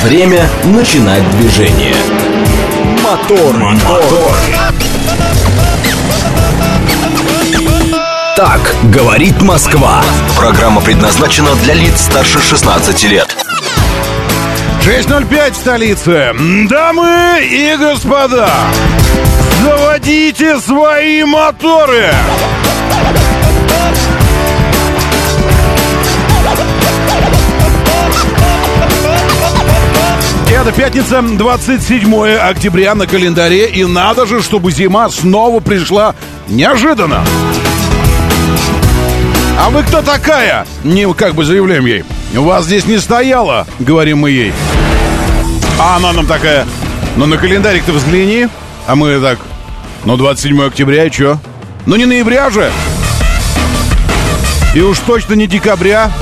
Время начинать движение. Мотор. Так говорит Москва. Программа предназначена для лиц старше 16 лет. 6:05 в столице. Дамы и господа, заводите свои моторы. Это пятница, 27 октября на календаре. И надо же, чтобы зима снова пришла неожиданно. А вы кто такая? Не, как бы заявляем ей. Вас здесь не стояло, говорим мы ей. А она нам такая: ну на календарик-то взгляни. А мы так: ну 27 октября и чё? Ну не ноября же. И уж точно не декабря.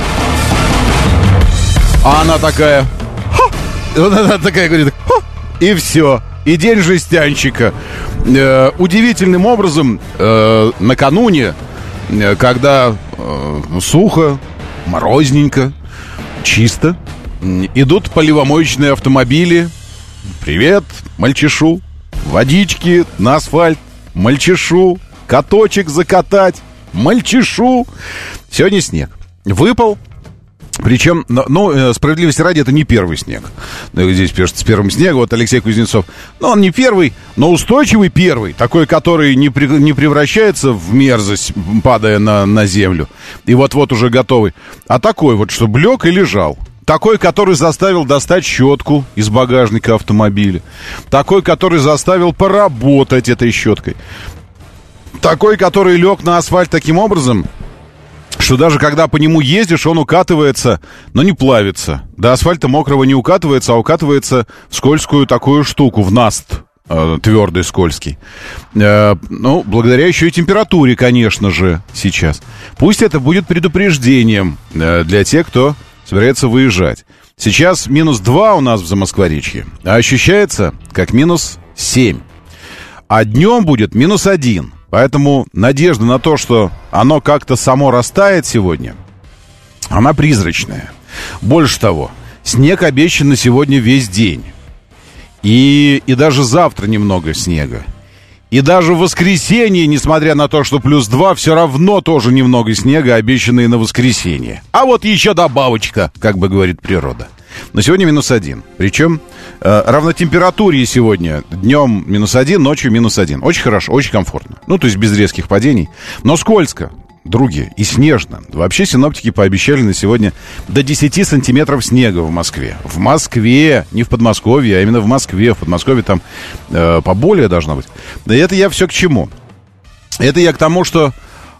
А она такая: вот она такая говорит: и все. И день жестянщика. Удивительным образом накануне, когда сухо, морозненько, чисто, идут поливомоечные автомобили. Привет, мальчишу. Водички на асфальт. Мальчишу. Каточек закатать. Мальчишу. Сегодня снег. Выпал. Причем, ну, справедливости ради, это не первый снег. Здесь пишут: с первым снегом. Вот Алексей Кузнецов. Ну, он не первый, но устойчивый первый. Такой, который не превращается в мерзость, падая на землю. И вот-вот уже готовый. А такой вот, что лег и лежал. Такой, который заставил достать щетку из багажника автомобиля. Такой, который заставил поработать этой щеткой. Такой, который лег на асфальт таким образом, что даже когда по нему ездишь, он укатывается, но не плавится. До асфальта мокрого не укатывается, а укатывается в скользкую такую штуку, в наст, твердый, скользкий. Ну, благодаря еще и температуре, конечно же, сейчас. Пусть это будет предупреждением для тех, кто собирается выезжать. Сейчас -2 у нас в Замоскворечье, а ощущается как -7. А днем будет -1. Поэтому надежда на то, что оно как-то само растает сегодня, она призрачная. Больше того, снег обещан на сегодня весь день. И даже завтра немного снега. И даже в воскресенье, несмотря на то, что +2, все равно тоже немного снега, обещанные на воскресенье. А вот еще добавочка, как бы говорит природа. Но сегодня -1. Причем равно температуре сегодня. Днем -1, ночью -1. Очень хорошо, очень комфортно. Ну, то есть без резких падений. Но скользко, други, и снежно. Вообще синоптики пообещали на сегодня до 10 сантиметров снега в Москве. В Москве, не в Подмосковье, а именно в Москве. В Подмосковье там поболее должно быть. Да это я все к чему? Это я к тому, что...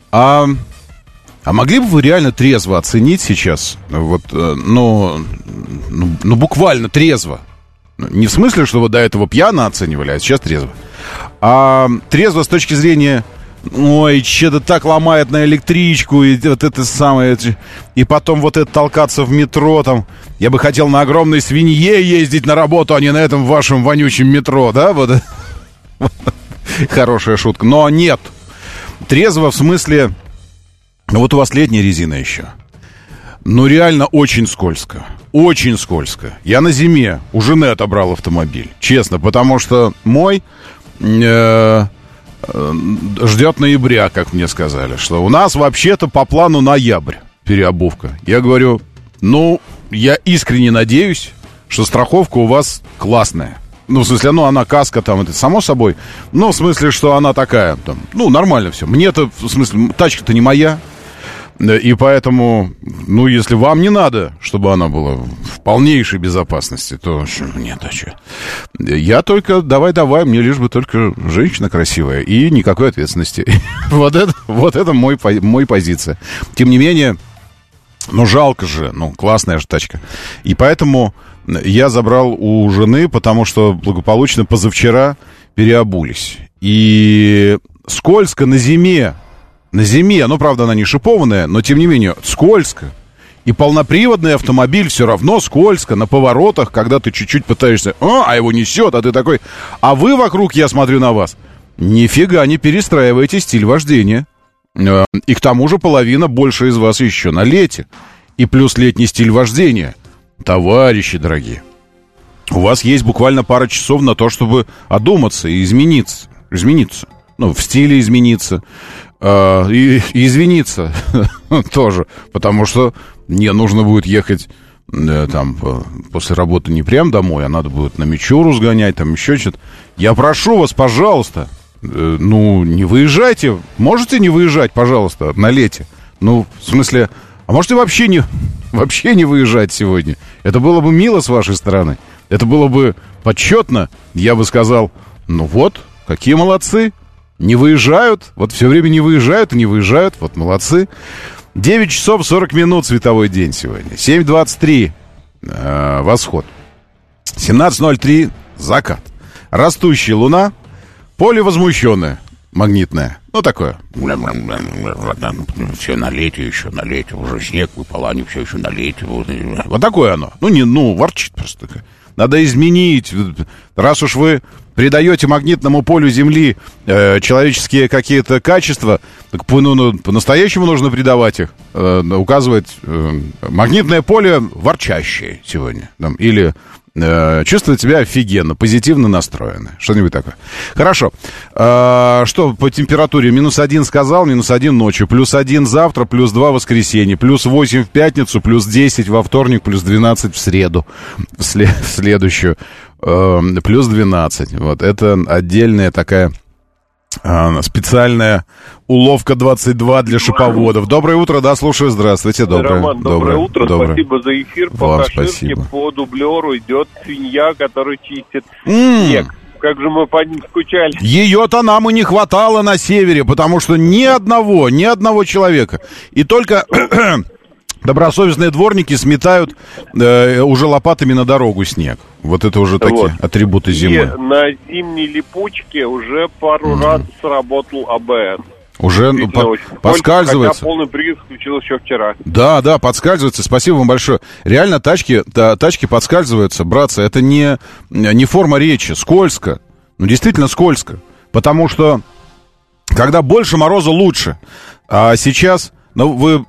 А могли бы вы реально трезво оценить сейчас, вот, ну, буквально трезво, не в смысле, что вы до этого пьяно оценивали, а сейчас трезво, а трезво с точки зрения: ой, что-то так ломает на электричку, и вот это самое, и потом вот это толкаться в метро, там, я бы хотел на огромной свинье ездить на работу, а не на этом вашем вонючем метро, да, вот, хорошая шутка, но нет, трезво в смысле... Вот у вас летняя резина еще. Ну, реально очень скользко. Очень скользко. Я на зиме у жены отобрал автомобиль. Честно, потому что мой ждет ноября, как мне сказали. Что у нас вообще-то по плану ноябрь переобувка. Я говорю: ну, я искренне надеюсь, что страховка у вас классная. Ну, в смысле, ну, она каска там, это само собой. Ну, в смысле, что она такая, там, ну, нормально все. Мне-то, в смысле, тачка-то не моя. И поэтому, ну, если вам не надо, чтобы она была в полнейшей безопасности, то нет, а что? Я только давай, мне лишь бы только женщина красивая и никакой ответственности. Вот это мой позиция. Тем не менее, ну, жалко же, ну, классная же тачка. И поэтому я забрал у жены, потому что благополучно позавчера переобулись. И скользко на зиме. На зиме, ну, правда, она не шипованная, но, тем не менее, скользко. И полноприводный автомобиль все равно скользко на поворотах, когда ты чуть-чуть пытаешься, а его несет, а ты такой... А вы вокруг, я смотрю на вас, нифига не перестраиваете стиль вождения. И к тому же половина больше из вас еще на лете. И плюс летний стиль вождения. Товарищи дорогие, у вас есть буквально пара часов на то, чтобы одуматься и измениться. Ну, в стиле измениться. И извиниться тоже. Потому что мне нужно будет ехать там после работы не прям домой, а надо будет на Мичуру сгонять, там еще что-то. Я прошу вас, пожалуйста, ну, не выезжайте. Можете не выезжать, пожалуйста, на лете? Ну, в смысле, а можете вообще не выезжать сегодня? Это было бы мило с вашей стороны. Это было бы почетно. Я бы сказал, ну вот, какие молодцы. Не выезжают. Вот все время не выезжают и не выезжают. Вот молодцы. 9 часов 40 минут световой день сегодня. 7:23 восход. 17:03 закат. Растущая луна. Поле возмущенное. Магнитное. Ну, такое. Все на лете, уже снег выпал, они все еще на лете. Вот такое оно. Ворчит просто. Надо изменить. Раз уж вы придаете магнитному полю Земли человеческие какие-то качества, так по-настоящему нужно придавать их. Указывать магнитное поле ворчащее сегодня. Или чувствует себя офигенно, позитивно настроено. Что-нибудь такое. Хорошо. Что по температуре? -1 сказал, -1 ночью, +1 завтра, +2 в воскресенье, +8 в пятницу, +10 во вторник, +12 в среду, в следующую, +12. Вот это отдельная такая специальная уловка 22 для шиповодов. Доброе утро, да, слушаю, здравствуйте. Роман, доброе утро, доброе. Спасибо за эфир. По Вам Каширке, спасибо. по дублеру идет свинья, которая чистит снег. Как же мы по ним скучали. Ее-то нам и не хватало на севере, потому что ни одного человека. И только добросовестные дворники сметают уже лопатами на дорогу снег. Вот это уже такие атрибуты зимы. И на зимней липучке уже пару раз сработал АБС. Уже подскальзывается. Хотя полный привод включил еще вчера. Да, подскальзывается. Спасибо вам большое. Реально тачки подскальзываются, братцы. Это не форма речи. Скользко. Ну, действительно скользко. Потому что, когда больше мороза, лучше. А сейчас, вы...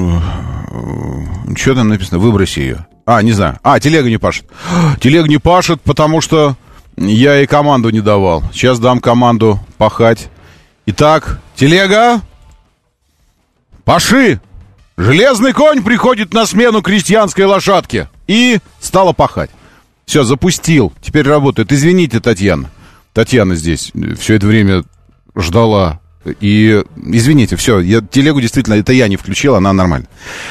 Что там написано? Выброси ее. Не знаю. Телега не пашет. Телега не пашет, потому что я ей команду не давал. Сейчас дам команду пахать. Итак, телега, паши! Железный конь приходит на смену крестьянской лошадке. И стала пахать. Все, запустил. Теперь работает. Извините, Татьяна. Татьяна здесь все это время ждала. И, извините, все, телегу действительно, это я не включил, она нормальная.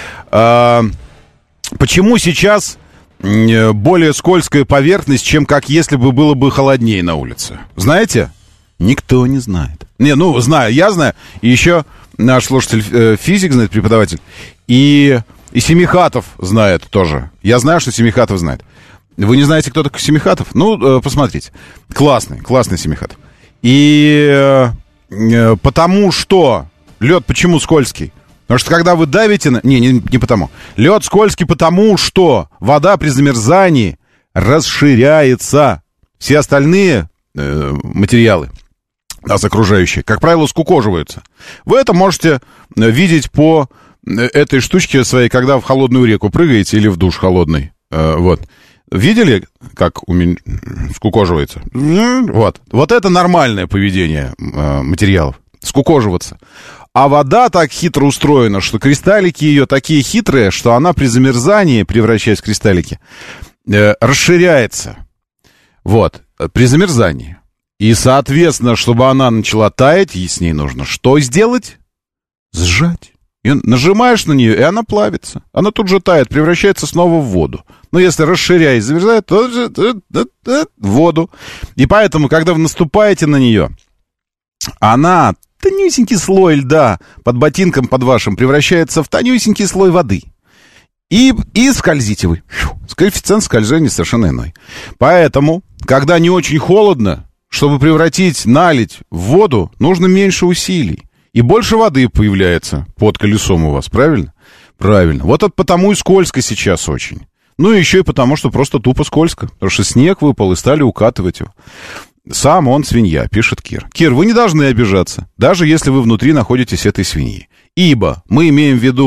Почему сейчас более скользкая поверхность, чем как если бы было бы холоднее на улице? Знаете? Никто не знает. Знаю, я знаю. И еще наш слушатель физик знает, преподаватель. И Семихатов знает тоже. Я знаю, что Семихатов знает. Вы не знаете, кто такой Семихатов? Посмотрите. Классный Семихатов. И потому что лед почему скользкий? Потому что когда вы давите на... Не потому. Лед скользкий потому, что вода при замерзании расширяется. Все остальные материалы, нас окружающие, как правило, скукоживаются. Вы это можете видеть по этой штучке своей, когда в холодную реку прыгаете или в душ холодный. Видели, как скукоживается? Вот это нормальное поведение материалов. Скукоживаться. А вода так хитро устроена, что кристаллики ее такие хитрые, что она при замерзании, превращаясь в кристаллики, расширяется. При замерзании. И, соответственно, чтобы она начала таять, с ней нужно что сделать? Сжать. И нажимаешь на нее, и она плавится. Она тут же тает, превращается снова в воду. Но если расширяясь, замерзает, то в воду. И поэтому, когда вы наступаете на нее, она, тонюсенький слой льда под ботинком под вашим, превращается в тонюсенький слой воды. И скользите вы. Коэффициент скольжения совершенно иной. Поэтому, когда не очень холодно, чтобы превратить наледь в воду, нужно меньше усилий. И больше воды появляется под колесом у вас, правильно? Правильно. Вот это потому и скользко сейчас очень. И еще и потому, что просто тупо скользко. Потому что снег выпал и стали укатывать его. Сам он свинья, пишет Кир. Кир, вы не должны обижаться, даже если вы внутри находитесь этой свиньи. Ибо мы имеем в виду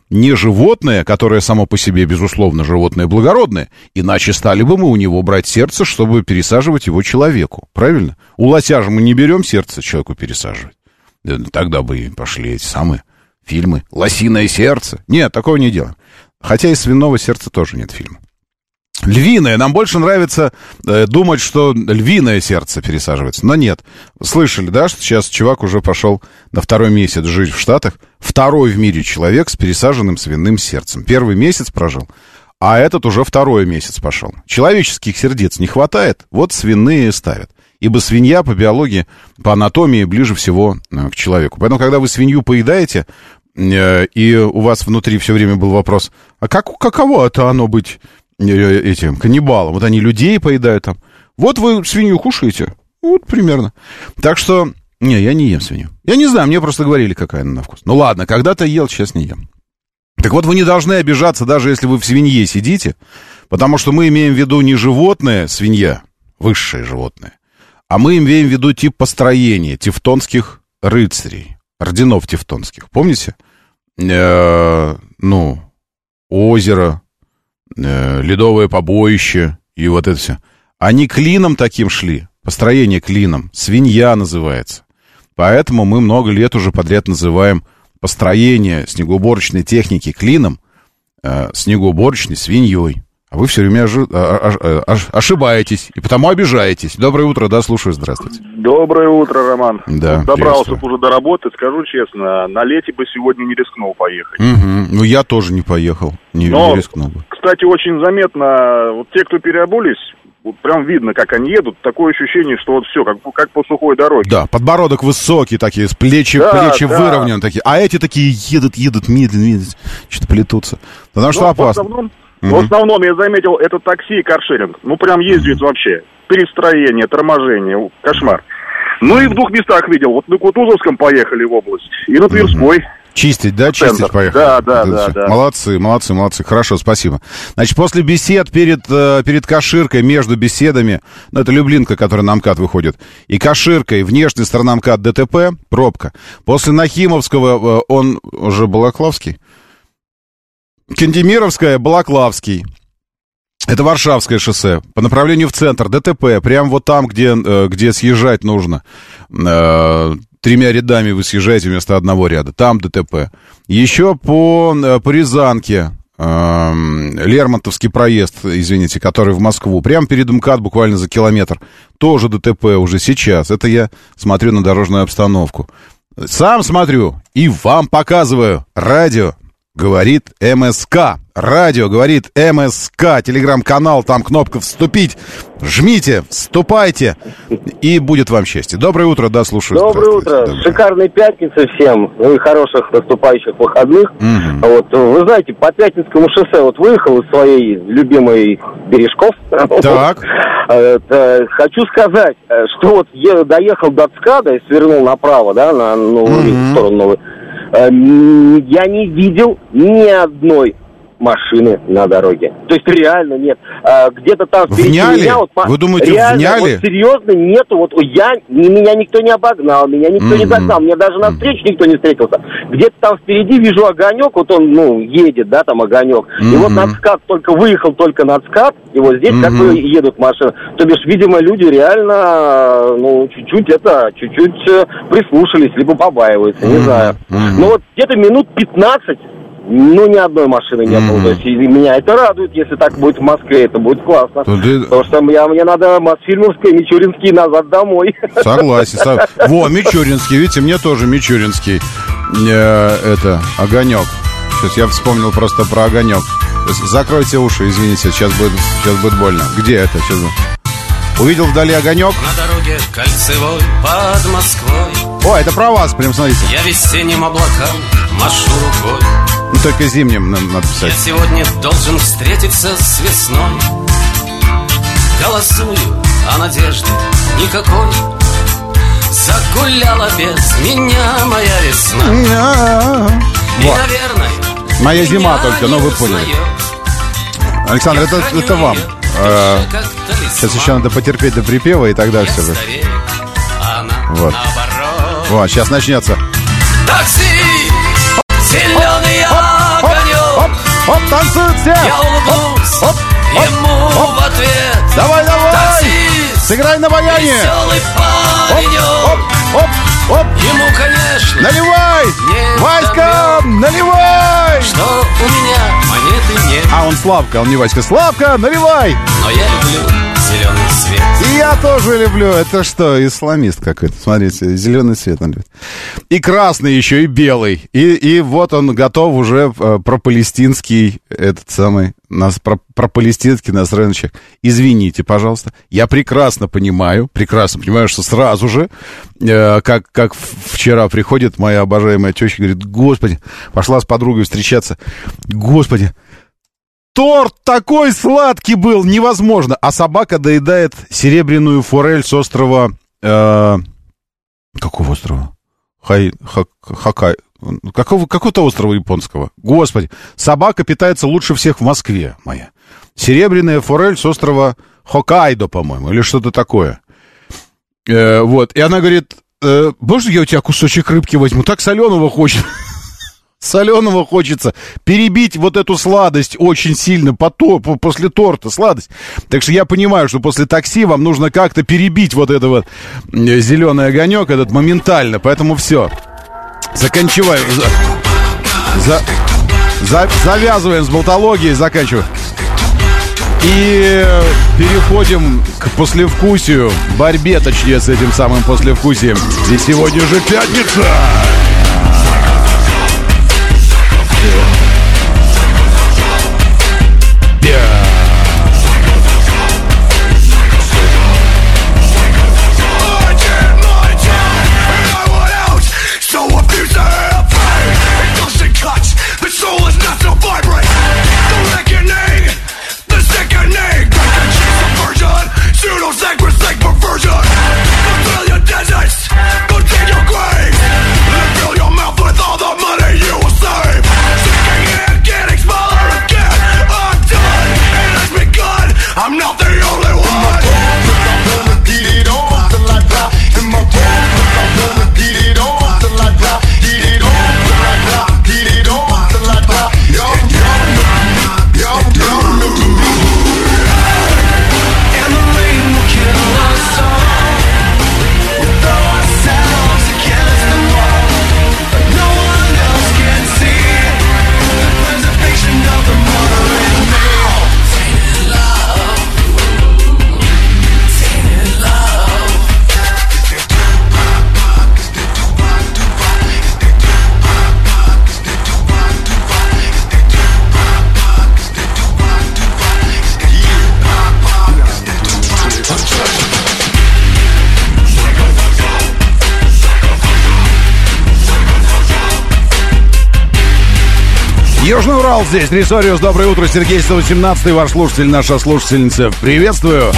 не животное, которое само по себе, безусловно, животное благородное, иначе стали бы мы у него брать сердце, чтобы пересаживать его человеку. Правильно? У лося же мы не берем сердце человеку пересаживать. Тогда бы и пошли эти самые фильмы «Лосиное сердце». Нет, такого не делаем. Хотя и свиного сердца тоже нет фильма. Львиное. Нам больше нравится думать, что львиное сердце пересаживается. Но нет. Слышали, да, что сейчас чувак уже пошел на 2-й месяц жить в Штатах. 2-й в мире человек с пересаженным свиным сердцем. 1-й месяц прожил, а этот уже 2-й месяц пошел. Человеческих сердец не хватает, вот свиные ставят. Ибо свинья по биологии, по анатомии ближе всего к человеку. Поэтому, когда вы свинью поедаете, и у вас внутри все время был вопрос, а каково это оно быть этим каннибалом? Вот они людей поедают там. Вот вы свинью кушаете. Вот примерно. Так что, не, я не ем свинью. Я не знаю, мне просто говорили, какая она на вкус. Ну ладно, когда-то ел, сейчас не ем. Так вот, вы не должны обижаться, даже если вы в свинье сидите, потому что мы имеем в виду не животное, свинья, высшее животное, а мы имеем в виду тип построения тевтонских рыцарей, орденов тевтонских. Помните? Озеро, ледовое побоище и вот это все. Они клином таким шли, построение клином, свинья называется. Поэтому мы много лет уже подряд называем построение снегоуборочной техники клином, снегоуборочной свиньей. А вы все время ошибаетесь и потому обижаетесь. Доброе утро, да, слушаю, здравствуйте. Доброе утро, Роман. Да, добрался уже до работы, скажу честно, на лете бы сегодня не рискнул поехать. Угу. Ну, я тоже не поехал, не рискнул бы. Кстати, очень заметно, вот те, кто переобулись, вот прям видно, как они едут, такое ощущение, что вот все, как по сухой дороге. Да, подбородок высокий, такие, плечи выровнены такие, а эти такие едут медленно, что-то плетутся. Потому что опасно. В основном, я заметил, это такси и каршеринг. Ну, прям ездит вообще. Перестроение, торможение, кошмар. Ну, и в 2 местах видел. Вот на Кутузовском поехали в область, и на Тверской. Чистить, да? Чистить поехали? Да. Молодцы. Хорошо, спасибо. Значит, после бесед перед Каширкой, между беседами, ну, это Люблинка, которая на МКАД выходит, и Каширкой, внешняя сторона МКАД, ДТП, пробка. После Нахимовского, он уже Балаклавский? Кантемировская, Балаклавский. Это Варшавское шоссе. По направлению в центр. ДТП. Прямо вот там, где съезжать нужно. 3 рядами вы съезжаете вместо 1 ряда. Там ДТП. Еще по Рязанке. Лермонтовский проезд, извините, который в Москву. Прямо перед МКАД, буквально за километр. Тоже ДТП уже сейчас. Это я смотрю на дорожную обстановку. Сам смотрю и вам показываю. Радио говорит МСК. Радио говорит МСК. Телеграм-канал, там кнопка «Вступить». Жмите, вступайте, и будет вам счастье. Доброе утро, да, слушаю. Доброе утро. Шикарной пятницы всем. Ну и хороших наступающих выходных. Вот, вы знаете, по Пятницкому шоссе вот выехал из своей любимой Бережков. Так. Хочу сказать, что вот доехал до ЦКАДа и свернул направо, да, на новую сторону новую. Я не видел ни одной машины на дороге. То есть реально нет. Где-то там впереди вняли? Меня... Вот, вы думаете, реально, вняли? Вот серьезно нету. Вот меня никто не обогнал, меня никто не догнал, мне даже на встречу никто не встретился. Где-то там впереди вижу огонек, вот он, едет, да, там огонек. И вот на ЦКАД выехал только на ЦКАД, и вот здесь как бы едут машины. То бишь, видимо, люди реально, чуть-чуть прислушались, либо побаиваются, не знаю. Но вот где-то минут 15 ни одной машины не было. То есть меня это радует, если так будет в Москве, это будет классно. Потому что мне надо Мосфильмовская, Мичуринский назад домой. Согласен. Во, Мичуринский, видите, мне тоже Мичуринский. Огонек. Сейчас я вспомнил просто про огонек. Закройте уши, извините, сейчас будет больно. Где это? Сейчас... Увидел вдали огонек. На дороге кольцевой под Москвой. О, это про вас, прям смотрите. Я весенним облакам машу рукой. Только зимним надо писать. Я сегодня должен встретиться с весной. Голосую, а надежды никакой. Загуляла без меня моя весна. И, наверное, моя зима только, но вы поняли. Александр, это вам. Сейчас еще надо потерпеть до припева, и тогда все будет. Вот. Вот, сейчас начнется. Такси, зеленый огонек. Оп, танцуют все. Я улыбнусь ему в ответ. Давай, давай. Таксист, сыграй на баяне. веселый паренек. Оп, оп, оп. Ему, конечно, Наливай. не Васька, наливай. что у меня монеты нет. А он Славка, он не Васька. Славка, наливай. Но я люблю зеленый свет. И я тоже люблю. Это что, исламист какой-то? Смотрите, зеленый цвет он любит. И красный еще, и белый. И вот он готов уже пропалестинский, этот самый, пропалестинский настроенный человек. Извините, пожалуйста. Я прекрасно понимаю, что сразу же, как вчера приходит моя обожаемая теща, говорит: Господи, пошла с подругой встречаться. Господи, торт такой сладкий был, невозможно. А собака доедает серебряную форель с острова... какого острова? Какого-то острова японского. Господи, собака питается лучше всех в Москве моя. Серебряная форель с острова Хоккайдо, по-моему, или что-то такое. Вот, и она говорит: можно я у тебя кусочек рыбки возьму? Так соленого хочется. Соленого хочется перебить вот эту сладость очень сильно после торта, сладость. Так что я понимаю, что после такси вам нужно как-то перебить вот этот вот зеленый огонек, этот моментально. Поэтому все. Заканчиваем. Завязываем с болтологией, заканчиваем. И переходим к послевкусию, борьбе, точнее, с этим самым послевкусием. И сегодня же пятница. Южный Урал здесь, Ресориус, доброе утро, Сергей 118, ваш слушатель, наша слушательница, приветствую.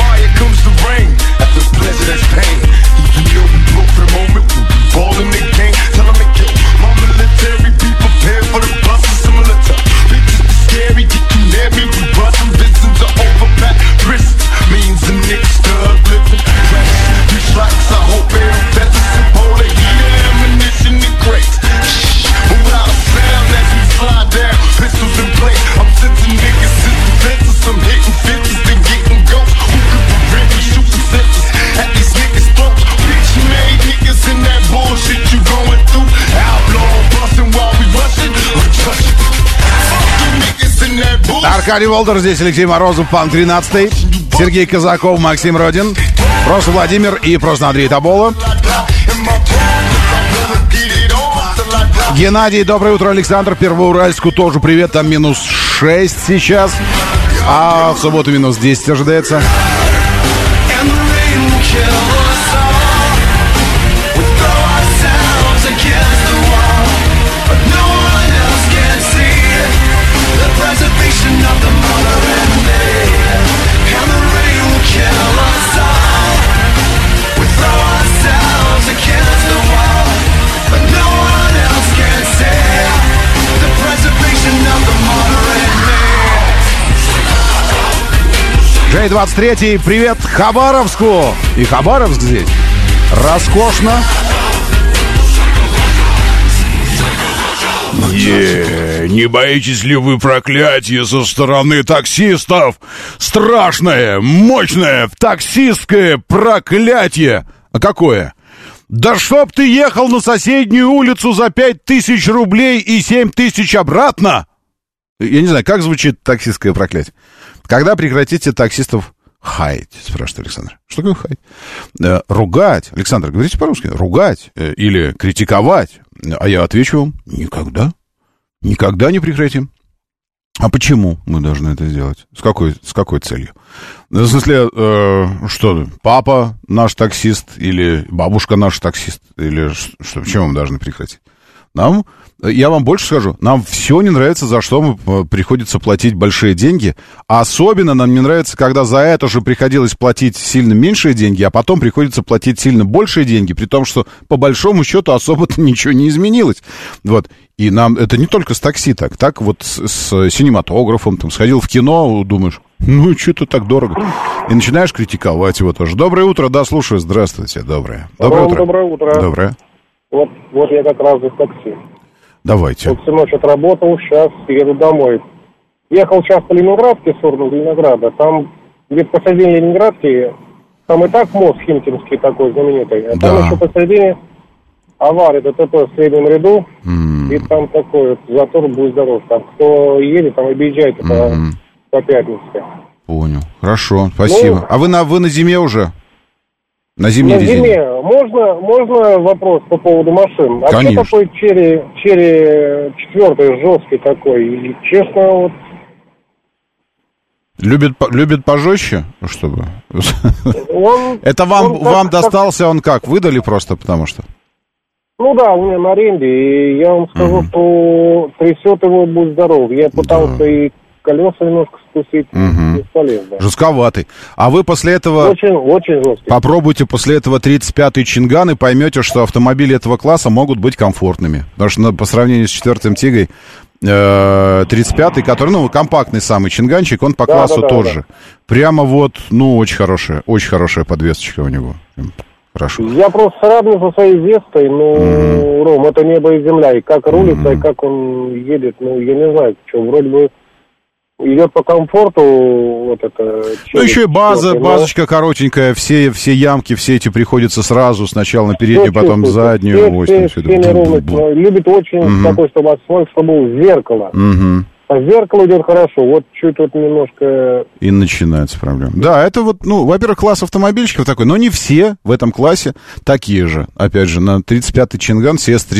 Аркадий Волдер, здесь Алексей Морозов, Панк 13, Сергей Казаков, Максим Родин, просто Владимир и просто Андрей Табола. Геннадий, доброе утро, Александр, Первоуральску тоже привет, там минус 6 сейчас, а в субботу минус 10 ожидается. J23, привет Хабаровску! И Хабаровск здесь роскошно. Не боитесь ли вы проклятия со стороны таксистов? Страшное, мощное таксистское проклятие. А какое? Да чтоб ты ехал на соседнюю улицу за 5000 рублей и 7000 обратно. Я не знаю, как звучит таксистское проклятие. Когда прекратите таксистов хаять, спрашивает Александр. Что такое хаять? Ругать. Александр, говорите по-русски. Ругать или критиковать. А я отвечу вам: никогда. Никогда не прекратим. А почему мы должны это сделать? С какой целью? В смысле, что, папа наш таксист или бабушка наш таксист? Или что, почему мы должны прекратить? Я вам больше скажу, нам все не нравится, за что приходится платить большие деньги. А особенно нам не нравится, когда за это же приходилось платить сильно меньшие деньги, а потом приходится платить сильно большие деньги, при том, что по большому счету особо-то ничего не изменилось. Вот. И нам это не только с такси так вот с синематографом, там, сходил в кино, думаешь, ну, что-то так дорого. И начинаешь критиковать его тоже. Доброе утро, да, слушаю, здравствуйте, доброе. Доброе утро. Доброе утро. Доброе. Вот я как раз из такси. Давайте. Вот всю ночь отработал, сейчас еду домой. Ехал сейчас по Ленинградке, в сторону Ленинграда. Там, где-то посередине Ленинградки, там и так мост Химкинский такой знаменитый. А да. Там еще посередине авария, ДТП в среднем ряду. И там такой вот затор, будь здоров. Там кто едет, там объезжайте по Пятницкой. Понял. Хорошо, спасибо. А вы на зиме уже? На зимней резине? На зиме. Можно вопрос по поводу машин? А конечно. что такой Черри 4 жесткий такой? И, честно, вот... Любит пожестче, чтобы... Это вам достался он как? Выдали просто, потому что? Ну да, у меня на аренде, и я вам скажу, что трясет его, будь здоров. Я пытался и колеса немножко спустить, бесполезно. Жестковатый. А вы после этого... Очень жесткий. Попробуйте после этого 35-й Чинган и поймете, что автомобили этого класса могут быть комфортными. Потому что по сравнению с 4-м Тигой, 35-й, который, компактный самый Чинганчик, он по классу тот же. Прямо вот, очень хорошая подвесочка у него. Хорошо. Я просто сравниваю со своей Вестой, Ром, это небо и земля, и как рулится, и как он едет, я не знаю, что, вроде бы идет по комфорту, вот это... еще и базочка коротенькая, все ямки, все эти приходится сразу, сначала на переднюю, потом заднюю. Любит очень такой, чтобы асфальт, чтобы было зеркало. А зеркало идет хорошо, вот чуть вот немножко... И начинается проблема. Да, это вот, во-первых, класс автомобильщиков такой, но не все в этом классе такие же. Опять же, на 35-й Чинган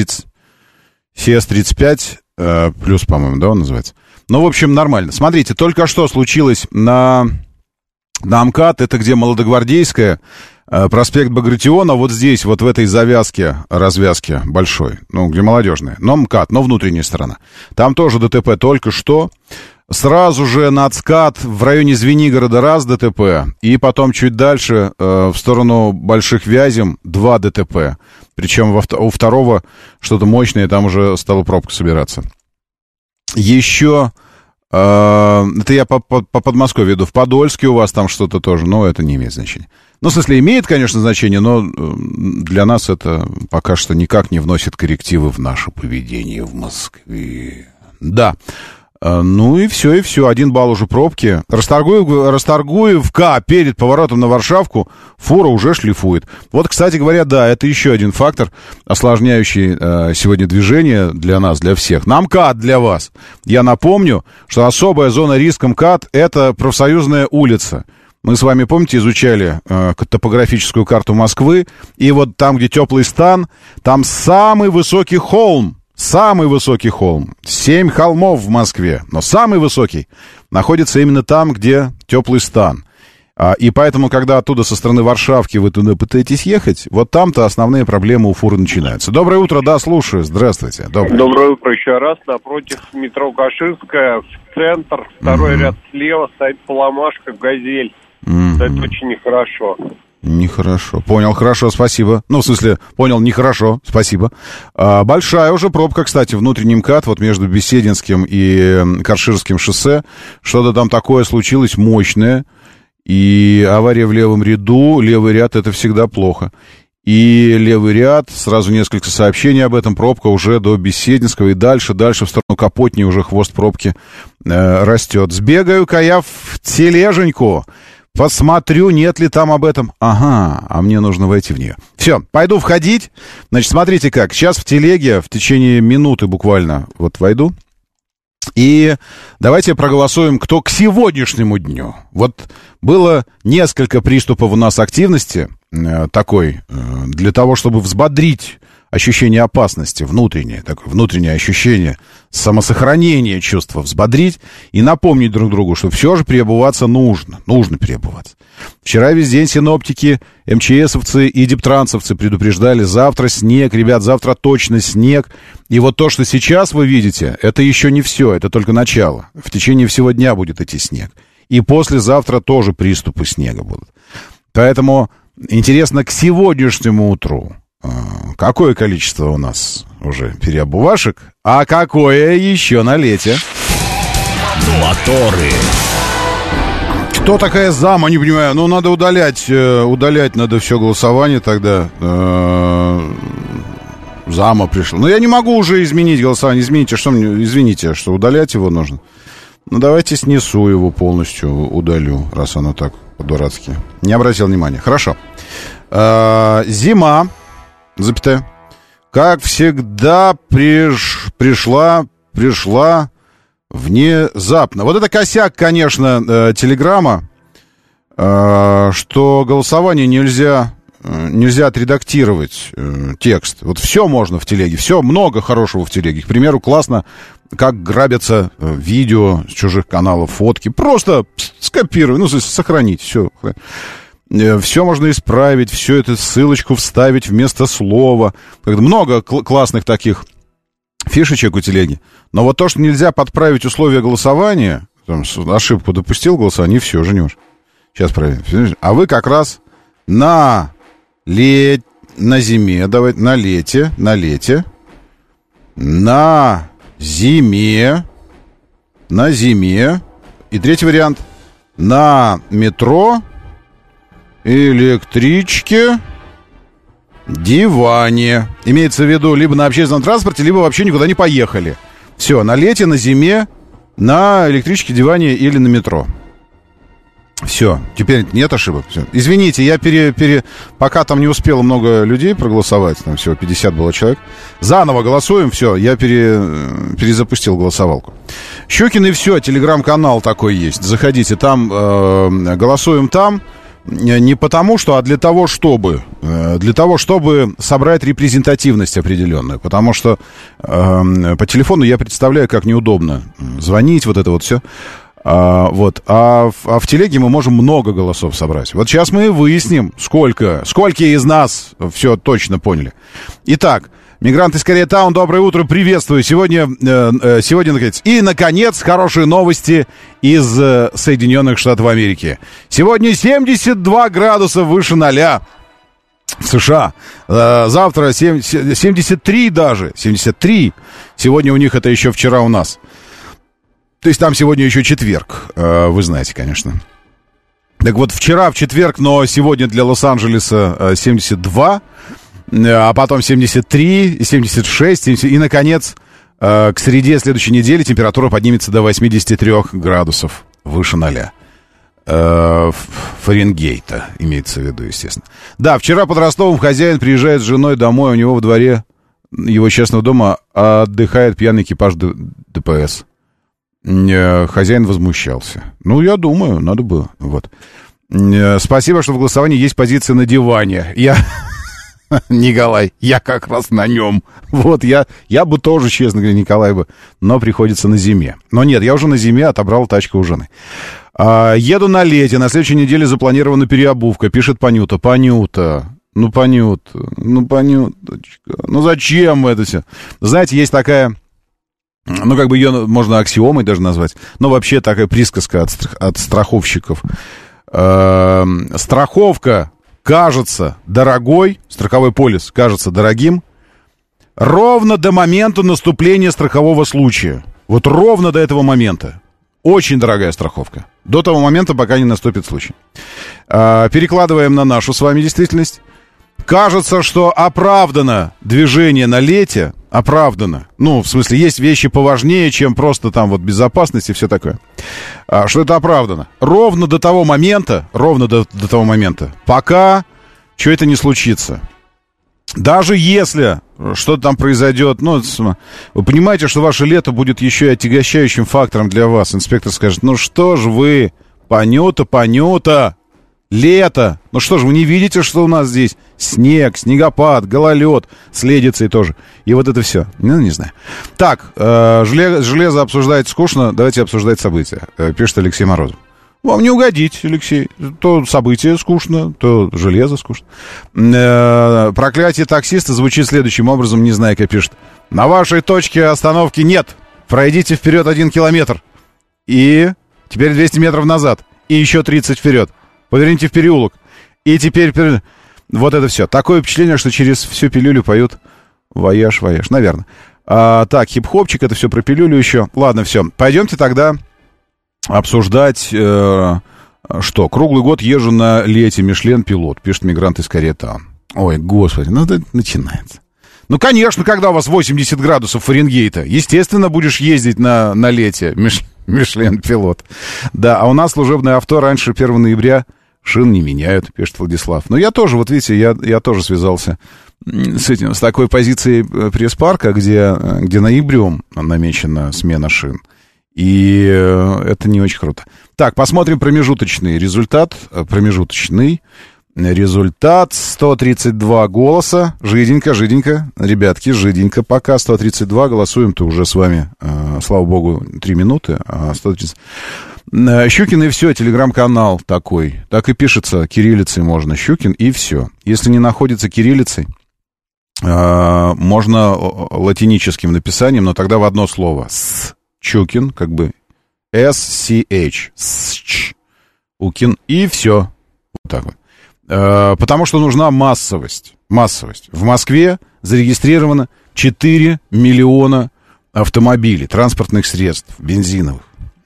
CS35 плюс, по-моему, да, он называется? В общем, нормально. Смотрите, только что случилось на МКАД, это где Молодогвардейская, проспект Багратиона, вот здесь, вот в этой развязке большой, где молодежная, но МКАД, но внутренняя сторона. Там тоже ДТП только что. Сразу же на ЦКАД в районе Звенигорода раз ДТП, и потом чуть дальше в сторону Больших Вязем 2 ДТП. Причем у второго что-то мощное, там уже стала пробка собираться. Еще, это я по Подмосковью веду, в Подольске у вас там что-то тоже, но это не имеет значения. В смысле, имеет, конечно, значение, но для нас это пока что никак не вносит коррективы в наше поведение в Москве. Да. И все. 1 балл уже пробки. Расторгуевка перед поворотом на Варшавку фура уже шлифует. Вот, кстати говоря, да, это еще один фактор, осложняющий сегодня движение для нас, для всех. На МКАД для вас. Я напомню, что особая зона риска МКАД — это Профсоюзная улица. Мы с вами, помните, изучали топографическую карту Москвы, и вот там, где теплый стан, там самый высокий холм. 7 холмов в Москве, но самый высокий находится именно там, где теплый стан. И поэтому, когда оттуда со стороны Варшавки вы туда пытаетесь ехать, вот там-то основные проблемы у фуры начинаются. Доброе утро, да, слушаю, здравствуйте. Доброе утро еще раз. Напротив метро Каширская, в центр, второй ряд слева стоит поломашка «Газель». Это очень нехорошо. Нехорошо. Понял, хорошо, спасибо. В смысле, понял, нехорошо, спасибо. Большая уже пробка, кстати, внутренний МКАД, вот между Бесединским и Карширским шоссе. Что-то там такое случилось мощное. И авария в левом ряду, левый ряд — это всегда плохо. и левый ряд, сразу несколько сообщений об этом, пробка уже до Бесединского и дальше в сторону Капотни уже хвост пробки растет. Сбегаю-ка я в тележеньку, посмотрю, нет ли там об этом. Ага, а мне нужно войти в нее. Все, пойду входить. Значит, смотрите как, сейчас в телеге в течение минуты буквально вот войду. И давайте проголосуем, кто к сегодняшнему дню. Вот было несколько приступов у нас активности такой, для того, чтобы взбодрить ощущение опасности, внутреннее ощущение самосохранения чувства, взбодрить и напомнить друг другу, что все же переобуваться нужно переобуваться. Вчера весь день синоптики, МЧСовцы и диптранцевцы предупреждали: завтра снег, ребят, завтра точно снег. И вот то, что сейчас вы видите, это еще не все, это только начало. В течение всего дня будет идти снег. И послезавтра тоже приступы снега будут. Поэтому интересно, к сегодняшнему утру какое количество у нас уже переобувашек, а какое еще на лете? Моторы. Кто такая зама, не понимаю. Ну, надо удалять надо все голосование тогда. Зама пришла. Но я не могу уже изменить голосование. Извините, что удалять его нужно. Ну, давайте снесу его полностью, удалю, раз оно так по-дурацки. Не обратил внимания. Хорошо. Зима, запятая, как всегда, пришла внезапно. Вот это косяк, конечно, Телеграма, что голосование нельзя отредактировать текст. Вот все можно в телеге, все, много хорошего в телеге. К примеру, классно, как грабятся видео с чужих каналов, фотки. Просто скопировать, сохранить, все. Все можно исправить, все это ссылочку вставить вместо слова. Много классных таких фишечек у телеги. Но вот то, что нельзя подправить условия голосования, там, ошибку допустил голосование, и все, уже не можешь. Сейчас проверим. А вы как раз на зиме, давайте, на лете, на зиме, и третий вариант, на метро, электричке, диване. Имеется в виду либо на общественном транспорте, либо вообще никуда не поехали. Все, на лете, на зиме, на электричке, диване или на метро. Все, теперь нет ошибок. Все. Извините, я пока там не успело много людей проголосовать, там всего 50 было человек. Заново голосуем, все, я перезапустил голосовалку. Щукин и все, телеграм-канал такой есть. Заходите, там голосуем там. Не потому что, а для того, чтобы собрать репрезентативность определенную. Потому что по телефону я представляю, как неудобно звонить, вот это вот все. А в телеге мы можем много голосов собрать. Вот сейчас мы выясним, сколько из нас все точно поняли. Итак, мигрант из Кореятаун, доброе утро, приветствую. Сегодня, наконец, хорошие новости из Соединенных Штатов Америки. Сегодня 72 градуса выше 0 в США. Завтра 73 даже, 73. Сегодня у них, это еще вчера у нас. То есть там сегодня еще четверг, вы знаете, конечно. Так вот, вчера в четверг, но сегодня для Лос-Анджелеса 72, а потом 73, 76, 70, и, наконец, к среде следующей недели температура поднимется до 83 градусов выше 0. Фаренгейта, имеется в виду, естественно. Да, вчера под Ростовом хозяин приезжает с женой домой, у него во дворе его частного дома отдыхает пьяный экипаж ДПС. Хозяин возмущался. Ну, я думаю, надо было. Вот. Спасибо, что в голосовании есть позиция на диване. Николай, я как раз на нем. Вот, я бы тоже, честно говоря, Николай бы, но приходится на зиме. Но нет, я уже на зиме отобрал тачку у жены. Еду на лете, на следующей неделе запланирована переобувка, пишет Панюта. Панюточка, ну зачем это все? Знаете, есть такая... Ну, как бы ее можно аксиомой даже назвать. Но вообще такая присказка от страховщиков. Страховка кажется дорогой, страховой полис кажется дорогим ровно до момента наступления страхового случая. Вот ровно до этого момента. Очень дорогая страховка. До того момента, пока не наступит случай. Перекладываем на нашу с вами действительность. кажется, что оправдано движение на лете, оправдано. Ну, в смысле, есть вещи поважнее, чем просто там вот безопасность и все такое. Что это оправдано. Ровно до того момента, пока что это не случится. Даже если что-то там произойдет, ну, вы понимаете, что ваше лето будет еще и отягощающим фактором для вас. Инспектор скажет, ну что ж вы, понюта, лето. Ну что ж, вы не видите, что у нас здесь снег, снегопад, гололед, следицы тоже. И вот это все. Ну, не знаю. Так, железо обсуждать скучно, давайте обсуждать события, пишет Алексей Морозов. Вам не угодить, Алексей. То событие скучно, то железо скучно. Проклятие таксиста звучит следующим образом, Незнайка пишет. На вашей точке остановки нет. Пройдите вперед 1 километр. И теперь 200 метров назад. И еще 30 вперед. Поверните в переулок. И теперь... Вот это все. Такое впечатление, что через всю пилюлю поют «Вояж, вояж». Наверное. Так, хип-хопчик, это все про пилюлю еще. Ладно, все. Пойдемте тогда... обсуждать, что круглый год езжу на лете Мишлен-пилот, пишет мигрант из Каретан. Ой, господи, ну это начинается. Ну, конечно, когда у вас 80 градусов Фаренгейта, естественно, будешь ездить на лете Мишлен-пилот. Да, а у нас служебное авто раньше 1 ноября шин не меняют, пишет Владислав. Но я тоже, вот видите, я тоже связался с такой позицией пресс-парка, где ноябрем намечена смена шин. И это не очень круто. Так, посмотрим промежуточный результат. Промежуточный результат. 132 голоса. Жиденько. Ребятки, жиденько пока. 132. Голосуем-то уже с вами, слава богу, 3 минуты. 130. Щукин и все. Телеграм-канал такой. Так и пишется. Кириллицей можно. Щукин и все. Если не находится кириллицей, можно латиническим написанием, но тогда в одно слово. Чукин, как бы S-C-H, Укин, и все. Вот так вот. Потому что нужна массовость. В Москве зарегистрировано 4 миллиона автомобилей, транспортных средств, бензиновых.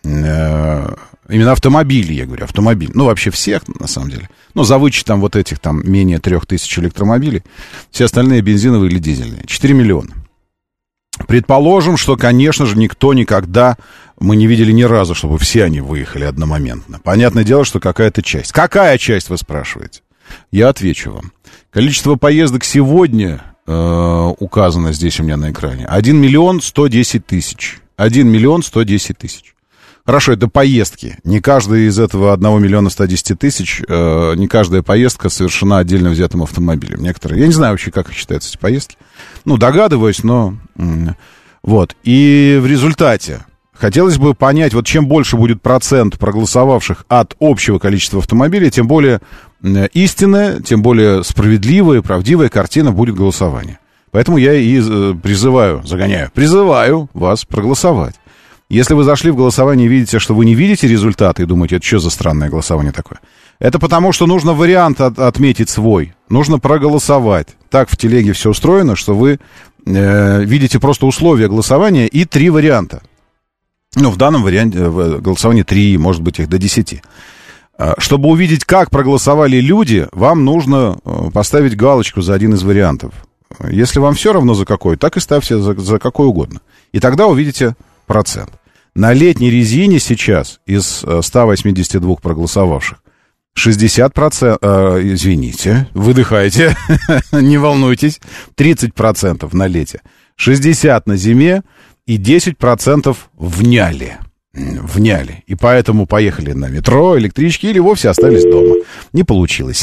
Именно автомобили, я говорю, автомобиль. Ну, вообще всех, на самом деле. Ну, за вычетом вот этих там менее 3000 электромобилей. Все остальные бензиновые или дизельные. 4 миллиона. Предположим, что, конечно же, никто никогда, мы не видели ни разу, чтобы все они выехали одномоментно. Понятное дело, что какая-то часть. Какая часть, вы спрашиваете? Я отвечу вам. Количество поездок сегодня указано здесь у меня на экране. 1 миллион 110 тысяч. 1 миллион 110 тысяч. Хорошо, это поездки. Не каждая из этого 1 миллиона 110 тысяч, не каждая поездка совершена отдельно взятым автомобилем. Некоторые, я не знаю вообще, как считаются эти поездки. Ну, догадываюсь, но... Вот. И в результате хотелось бы понять, вот чем больше будет процент проголосовавших от общего количества автомобилей, тем более истинная, тем более справедливая, правдивая картина будет голосования. Поэтому я и призываю вас проголосовать. Если вы зашли в голосование и видите, что вы не видите результаты, и думаете, это что за странное голосование такое, это потому, что нужно вариант отметить свой. Нужно проголосовать. Так в телеге все устроено, что вы видите просто условия голосования и 3 варианта. Ну, в данном варианте голосования 3, может быть, их до 10. Чтобы увидеть, как проголосовали люди, вам нужно поставить галочку за один из вариантов. Если вам все равно за какой, так и ставьте за какой угодно. И тогда увидите процент. На летней резине сейчас из 182 проголосовавших 60%, извините, выдыхайте, не волнуйтесь, 30% на лете, 60% на зиме и 10% вняли. И поэтому поехали на метро, электрички или вовсе остались дома. Не получилось.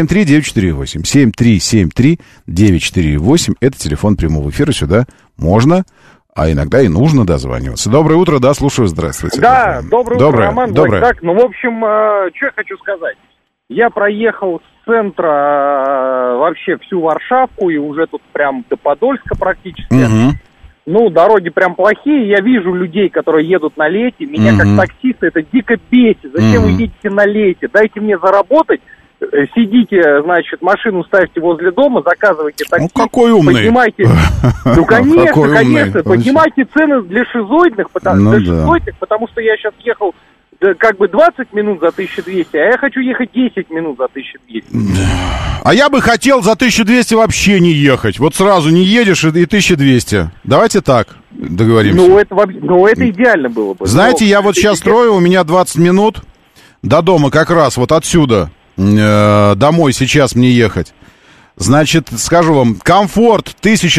7373948, 7373948, это телефон прямого эфира, сюда можно, а иногда и нужно дозваниваться. Доброе утро, да, слушаю, здравствуйте. Да, доброе утро, Роман. Доброе. Так, ну, в общем, что я хочу сказать. Я проехал с центра вообще всю Варшавку и уже тут прям до Подольска практически. Угу. Ну, дороги прям плохие. Я вижу людей, которые едут на лете. Меня как таксиста это дико бесит. Зачем вы едете на лете? Дайте мне заработать. Сидите, значит, машину ставьте возле дома, заказывайте такси. Ну, какой умный. Поднимайте... Ну, конечно, поднимайте цены для шизоидных, потому что я сейчас ехал как бы 20 минут за 1200, а я хочу ехать 10 минут за 1200. А я бы хотел за 1200 вообще не ехать. Вот сразу не едешь и 1200. Давайте так договоримся. Ну, это идеально было бы. Знаете, я вот сейчас строю, у меня 20 минут до дома как раз, вот отсюда, домой сейчас мне ехать. Значит, скажу вам, комфорт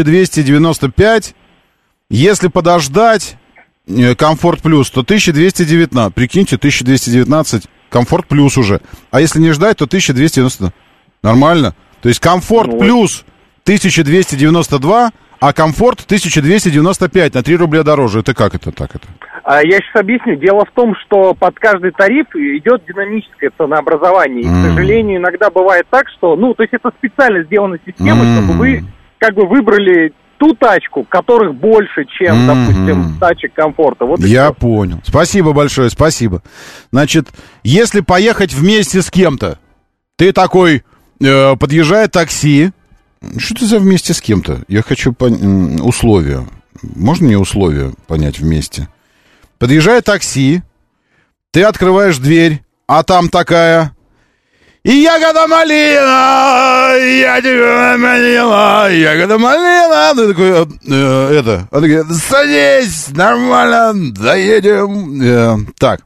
1295, если подождать комфорт плюс, то 1219. Прикиньте, 1219 комфорт плюс уже. А если не ждать, то 1290. Нормально. То есть комфорт плюс 1292, а комфорт 1295, на 3 рубля дороже. Это как это так это? Я сейчас объясню. Дело в том, что под каждый тариф идет динамическое ценообразование. И, к сожалению, иногда бывает так, что, то есть это специально сделана система, чтобы вы как бы выбрали ту тачку, которых больше, чем, допустим, тачек комфорта. Вот я понял. Спасибо большое, спасибо. Значит, если поехать вместе с кем-то, ты такой, подъезжает такси. Что ты за вместе с кем-то? Я хочу условия. Можно мне условия понять вместе? Подъезжает такси, ты открываешь дверь, а там такая... И ягода малина, я тебя малина, ягода малина. Ну, такой, она такая, садись, нормально, доедем. Так,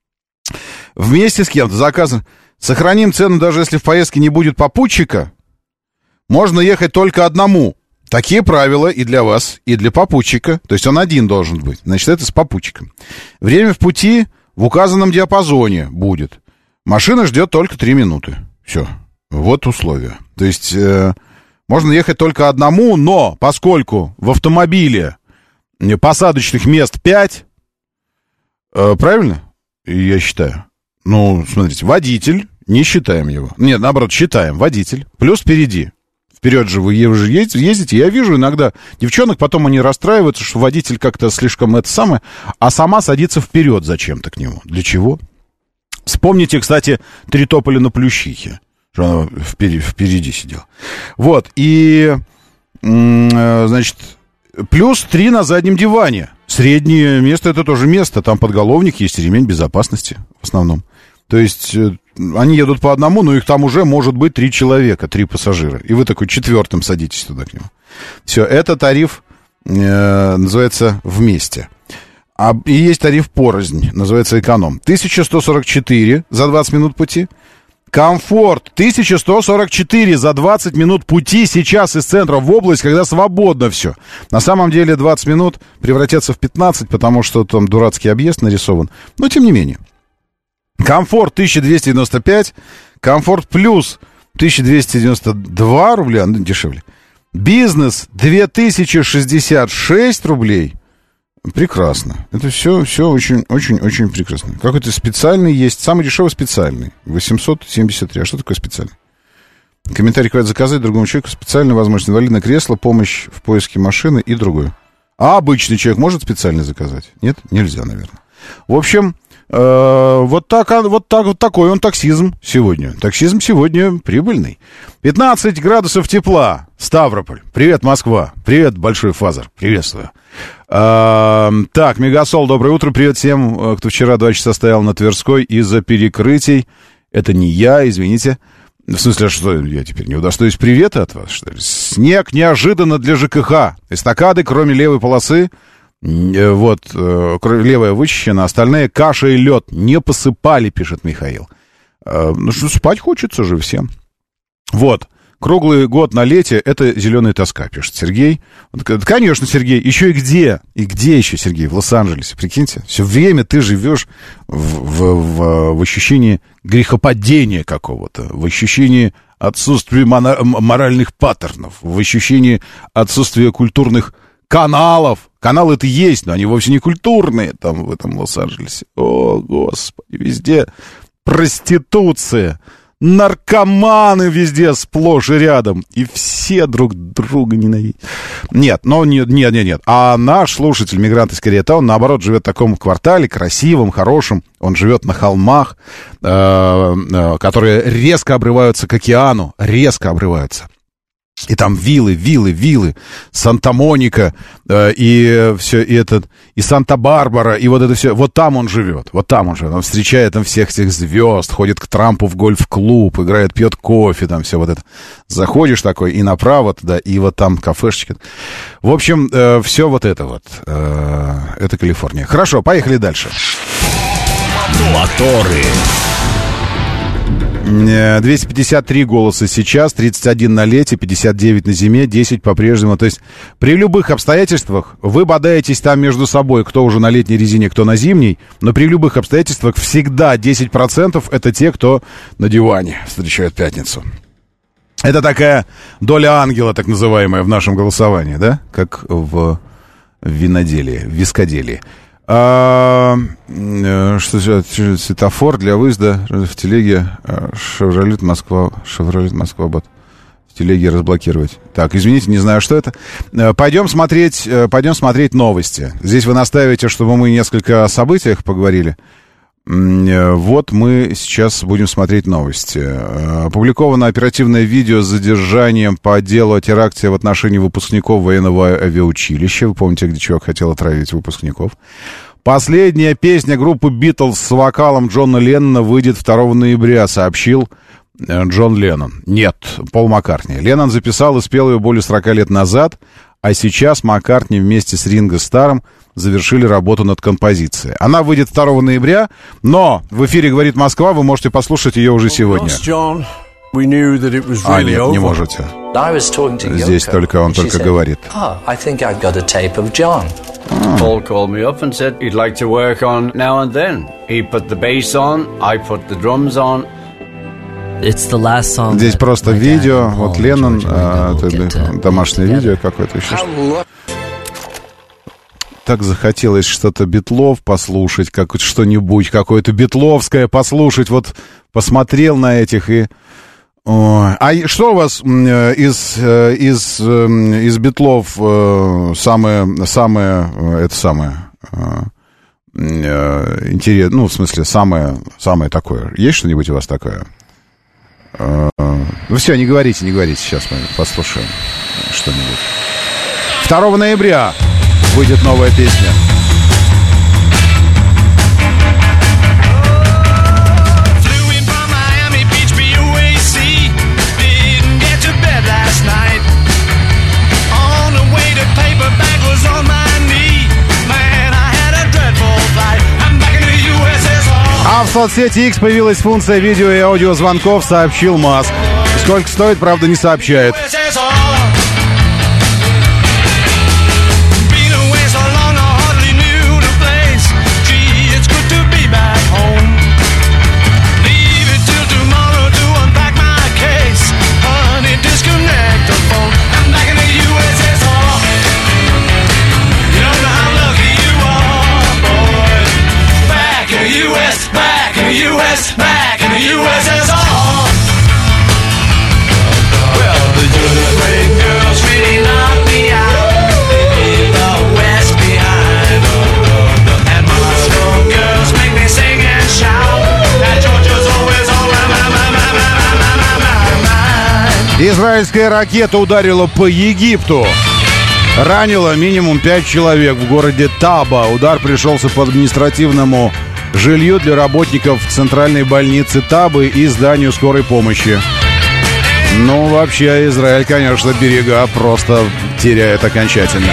вместе с кем-то заказываем. Сохраним цену, даже если в поездке не будет попутчика. Можно ехать только одному. Такие правила и для вас, и для попутчика. То есть он один должен быть. Значит, это с попутчиком. Время в пути в указанном диапазоне будет. Машина ждет только 3 минуты. Все. Вот условия. То есть можно ехать только одному, но поскольку в автомобиле посадочных мест 5, правильно? Я считаю. Ну, смотрите, водитель, не считаем его. Нет, наоборот, считаем. Водитель. Плюс впереди. Вперед же вы уже ездите. Я вижу иногда девчонок, потом они расстраиваются, что водитель как-то слишком это самое, а сама садится вперед зачем-то к нему. Для чего? Вспомните, кстати, «Три тополя на Плющихе», что она впереди сидела. Вот, и, значит, плюс 3 на заднем диване. Среднее место — это тоже место, там подголовник есть, ремень безопасности в основном. То есть они едут по одному, но их там уже может быть 3 человека, 3 пассажира. И вы такой 4-м садитесь туда к нему. Все, это тариф называется «Вместе». И есть тариф порознь, называется эконом. 1144 за 20 минут пути. Комфорт 1144 за 20 минут пути сейчас из центра в область, когда свободно все. На самом деле 20 минут превратятся в 15, потому что там дурацкий объезд нарисован. Но тем не менее. Комфорт 1295, комфорт плюс 1292 рубля, дешевле. Бизнес 2066 рублей. Прекрасно. Это все очень прекрасно. Какой-то специальный есть. Самый дешевый специальный. 873. А что такое специальный? Комментарий говорит, заказать другому человеку специальную возможность. Инвалидное кресло, помощь в поиске машины и другое. А обычный человек может специально заказать? Нет? Нельзя, наверное. В общем, вот такой он таксизм сегодня. Таксизм сегодня прибыльный. 15 градусов тепла. Ставрополь. Привет, Москва. Привет, Большой Фазер. Приветствую. Так, Мегасол, доброе утро. Привет всем, кто вчера 2 часа стоял на Тверской из-за перекрытий. Это не я, извините. В смысле, что я теперь не удостоюсь привета от вас, что ли? Снег неожиданно для ЖКХ. Эстакады, кроме левой полосы, вот, левая вычищена, остальные каша и лед. Не посыпали, пишет Михаил. Ну что, спать хочется же всем. Вот. Круглый год на лете — это зеленая тоска, пишет Сергей. Конечно, Сергей. Еще и где? И где еще, Сергей? В Лос-Анджелесе, прикиньте. Все время ты живешь в ощущении грехопадения какого-то, в ощущении отсутствия моральных паттернов, в ощущении отсутствия культурных каналов. Каналы-то есть, но они вовсе не культурные там, в этом Лос-Анджелесе. О, Господи, везде проституция. Наркоманы везде сплошь и рядом. И все друг друга ненавидят. Нет. А наш слушатель, мигрант из Кореята, он, наоборот, живет в таком квартале, красивом, хорошем. Он живет на холмах, которые резко обрываются к океану. Резко обрываются. И там виллы, Санта-Моника, и все, и Санта-Барбара, и вот это все. Вот там он живет. Он встречает там всех этих звезд, ходит к Трампу в гольф-клуб, играет, пьет кофе, там все вот это. Заходишь такой, и направо туда, и вот там кафешечка. В общем, все вот это вот. Это Калифорния. Хорошо, поехали дальше. Моторы. 253 голоса сейчас, 31 на лете, 59 на зиме, 10 по-прежнему. То есть при любых обстоятельствах вы бодаетесь там между собой, кто уже на летней резине, кто на зимней, но при любых обстоятельствах всегда 10% это те, кто на диване встречают пятницу. Это такая доля ангела, так называемая, в нашем голосовании, да? Как в виноделии, в вискоделии. Что светофор для выезда в телеге Chevrolet Москва-Бот в телеге разблокировать. Так, извините, не знаю, что это. Пойдем смотреть новости. Здесь вы настаиваете, чтобы мы несколько о событиях поговорили. Вот мы сейчас будем смотреть новости. Опубликовано оперативное видео с задержанием по делу о теракте в отношении выпускников военного авиаучилища. Вы помните, где чувак хотел отравить выпускников. Последняя песня группы «Битлз» с вокалом Джона Леннона выйдет 2 ноября, сообщил Джон Леннон. Нет, Пол Маккартни. Леннон записал и спел ее более 40 лет назад, а сейчас Маккартни вместе с Ринго Старром завершили работу над композицией. Она выйдет 2 ноября, но в эфире «Говорит Москва» вы можете послушать ее уже сегодня. А, нет, не можете. Здесь только он только говорит. Paul called me up and said he'd like to work on Now and Then. He put the bass on, I put the drums on. It's the last song. Здесь просто видео, вот Леннон, домашнее видео какое-то еще. Так захотелось что-то Битлов послушать, что-нибудь какое-то битловское послушать. Вот посмотрел на этих и... А что у вас из Битлов самое интересное, ну, в смысле, самое такое? Есть что-нибудь у вас такое? Ну, все, не говорите, сейчас мы послушаем что-нибудь. 2 ноября выйдет новая песня. А в соцсети X появилась функция видео и аудиозвонков, сообщил Маск. Сколько стоит, правда, не сообщает. Back in the USSR. Well, the Ukraine girls really knock me out. They leave the West behind. And Moscow girls make me sing and shout. And Georgia's always on my mind. Израильская ракета ударила по Египту. Ранила минимум 5 человек в городе Таба. Удар пришелся по административному жилью для работников центральной больницы Табы и зданию скорой помощи. Ну, вообще, Израиль, конечно, берега просто теряет окончательно.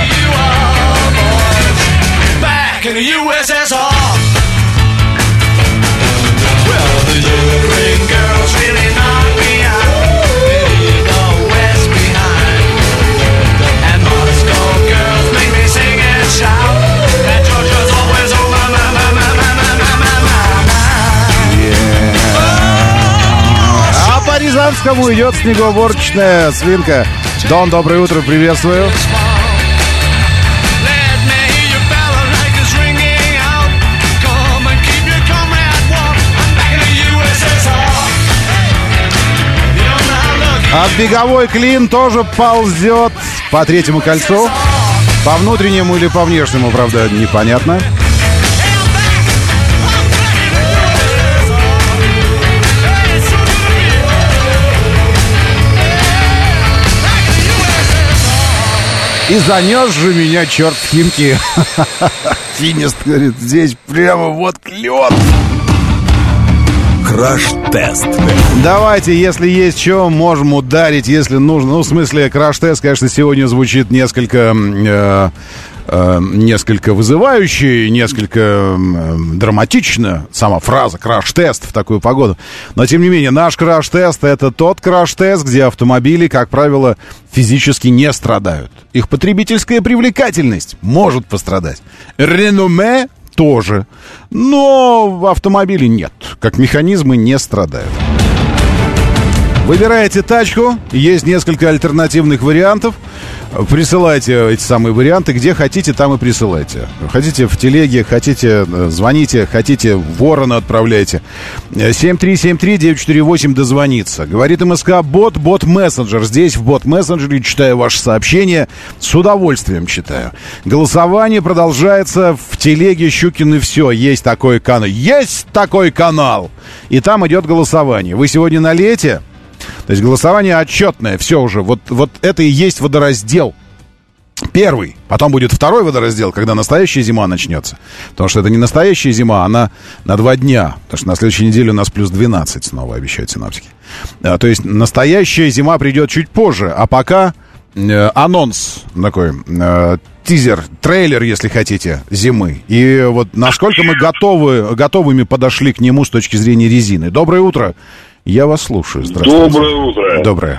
По Рязанскому идет снегоуборочная свинка. Дон, доброе утро, приветствую. А беговой клин тоже ползет по 3-му кольцу. По внутреннему или по внешнему, правда, непонятно. И занес же меня черт в Химки. Финист говорит, здесь прямо вот клён. Краш-тест. Давайте, если есть что, можем ударить, если нужно. Ну, в смысле, краш-тест, конечно, сегодня звучит несколько вызывающе, несколько драматично. Сама фраза «краш-тест» в такую погоду. Но, тем не менее, наш краш-тест — это тот краш-тест, где автомобили, как правило, физически не страдают. Их потребительская привлекательность может пострадать. Реноме тоже. Но в автомобиле нет. Как механизмы не страдают. Выбираете тачку, есть несколько альтернативных вариантов. Присылайте эти самые варианты, где хотите, там и присылайте. Хотите в телеге, хотите звоните, хотите ворона отправляйте. 7373948 дозвониться. Говорит МСК бот-мессенджер. Здесь в бот-мессенджере читаю ваши сообщения. С удовольствием читаю. Голосование продолжается в телеге Щукин и все. Есть такой канал. Есть такой канал! И там идет голосование. Вы сегодня на лете? То есть голосование отчетное, все уже. Вот это и есть водораздел. Первый. Потом будет второй водораздел, когда настоящая зима начнется. Потому что это не настоящая зима, она на 2 дня. Потому что на следующей неделе у нас плюс 12 снова обещают синоптики. То есть настоящая зима придет чуть позже. А пока анонс такой, тизер, трейлер, если хотите, зимы. И вот насколько мы готовыми подошли к нему с точки зрения резины. Доброе утро. Я вас слушаю. Здравствуйте. Доброе утро. Доброе.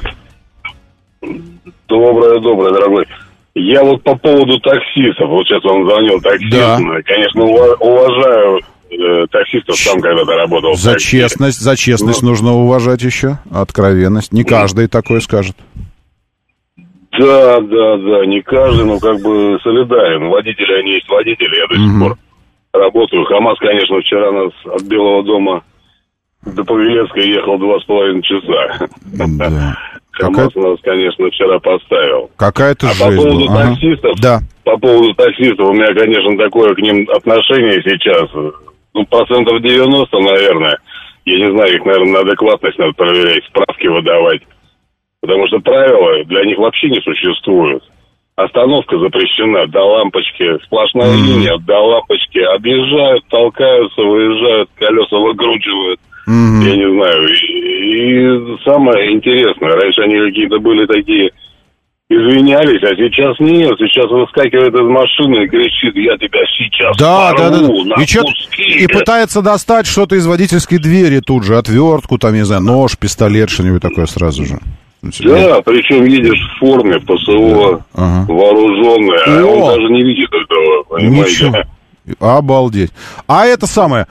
Доброе, дорогой. Я вот по поводу таксистов. Вот сейчас вам звонил таксист. Да. Конечно, уважаю таксистов, сам когда-то работал. За честность нужно уважать еще. Откровенность. Не каждый такое скажет. Да, не каждый, но как бы солидарен. Водители, они есть водители. Я до сих пор работаю. ХАМАЗ, конечно, вчера нас от Белого дома до Павелецкой ехал 2,5 часа. Да. ХАМАЗ нас, конечно, вчера поставил. Какая-то жизнь. По поводу таксистов, да. По поводу таксистов, у меня, конечно, такое к ним отношение сейчас. Ну, 90%, наверное. Я не знаю, их, наверное, на адекватность надо проверять, справки выдавать. Потому что правила для них вообще не существует. Остановка запрещена до лампочки, сплошная линия до лампочки. Объезжают, толкаются, выезжают, колеса выкручивают. Я не знаю. И самое интересное, раньше они какие-то были такие, извинялись, а сейчас нет. Сейчас выскакивает из машины и кричит: я тебя сейчас порву на куски. И пытается достать что-то из водительской двери тут же, отвертку, там, не знаю, нож, пистолет, что-нибудь такое сразу же. Да, причем едешь в форме, в ПСО, вооруженный, а он даже не видит этого, понимаете? Ничего. Обалдеть. А это самое,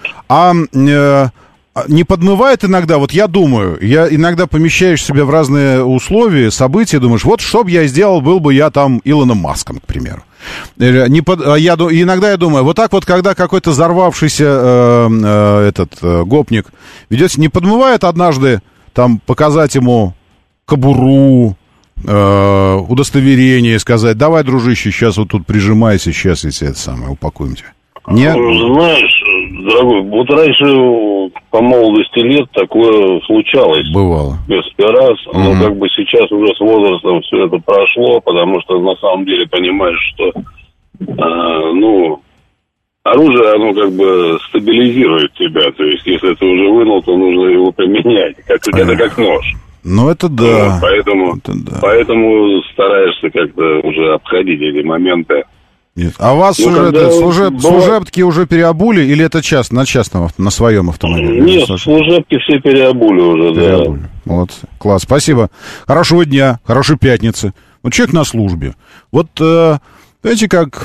не подмывает иногда, вот я думаю, иногда помещаешь себя в разные условия, события, думаешь, вот что бы я сделал, был бы я там Илоном Маском, к примеру. Иногда я думаю, вот так вот, когда какой-то взорвавшийся гопник ведется, не подмывает однажды там показать ему кобуру, удостоверение, сказать: давай, дружище, сейчас вот тут прижимайся, сейчас я тебя это самое упакуем тебя. Нет? Знаешь, дорогой, вот раньше по молодости лет такое случалось. Бывало. Несколько раз, но как бы сейчас уже с возрастом все это прошло, потому что на самом деле понимаешь, что оружие, оно как бы стабилизирует тебя. То есть, если ты уже вынул, то нужно его поменять. Это как нож. Ну, это да. Поэтому стараешься как-то уже обходить эти моменты. Нет. А вас уже служебки уже переобули, или это на своем автомобиле? Нет, служебки все переобули уже, да. Молодцы. Класс, спасибо. Хорошего дня, хорошей пятницы. Вот человек на службе. Вот, знаете, как...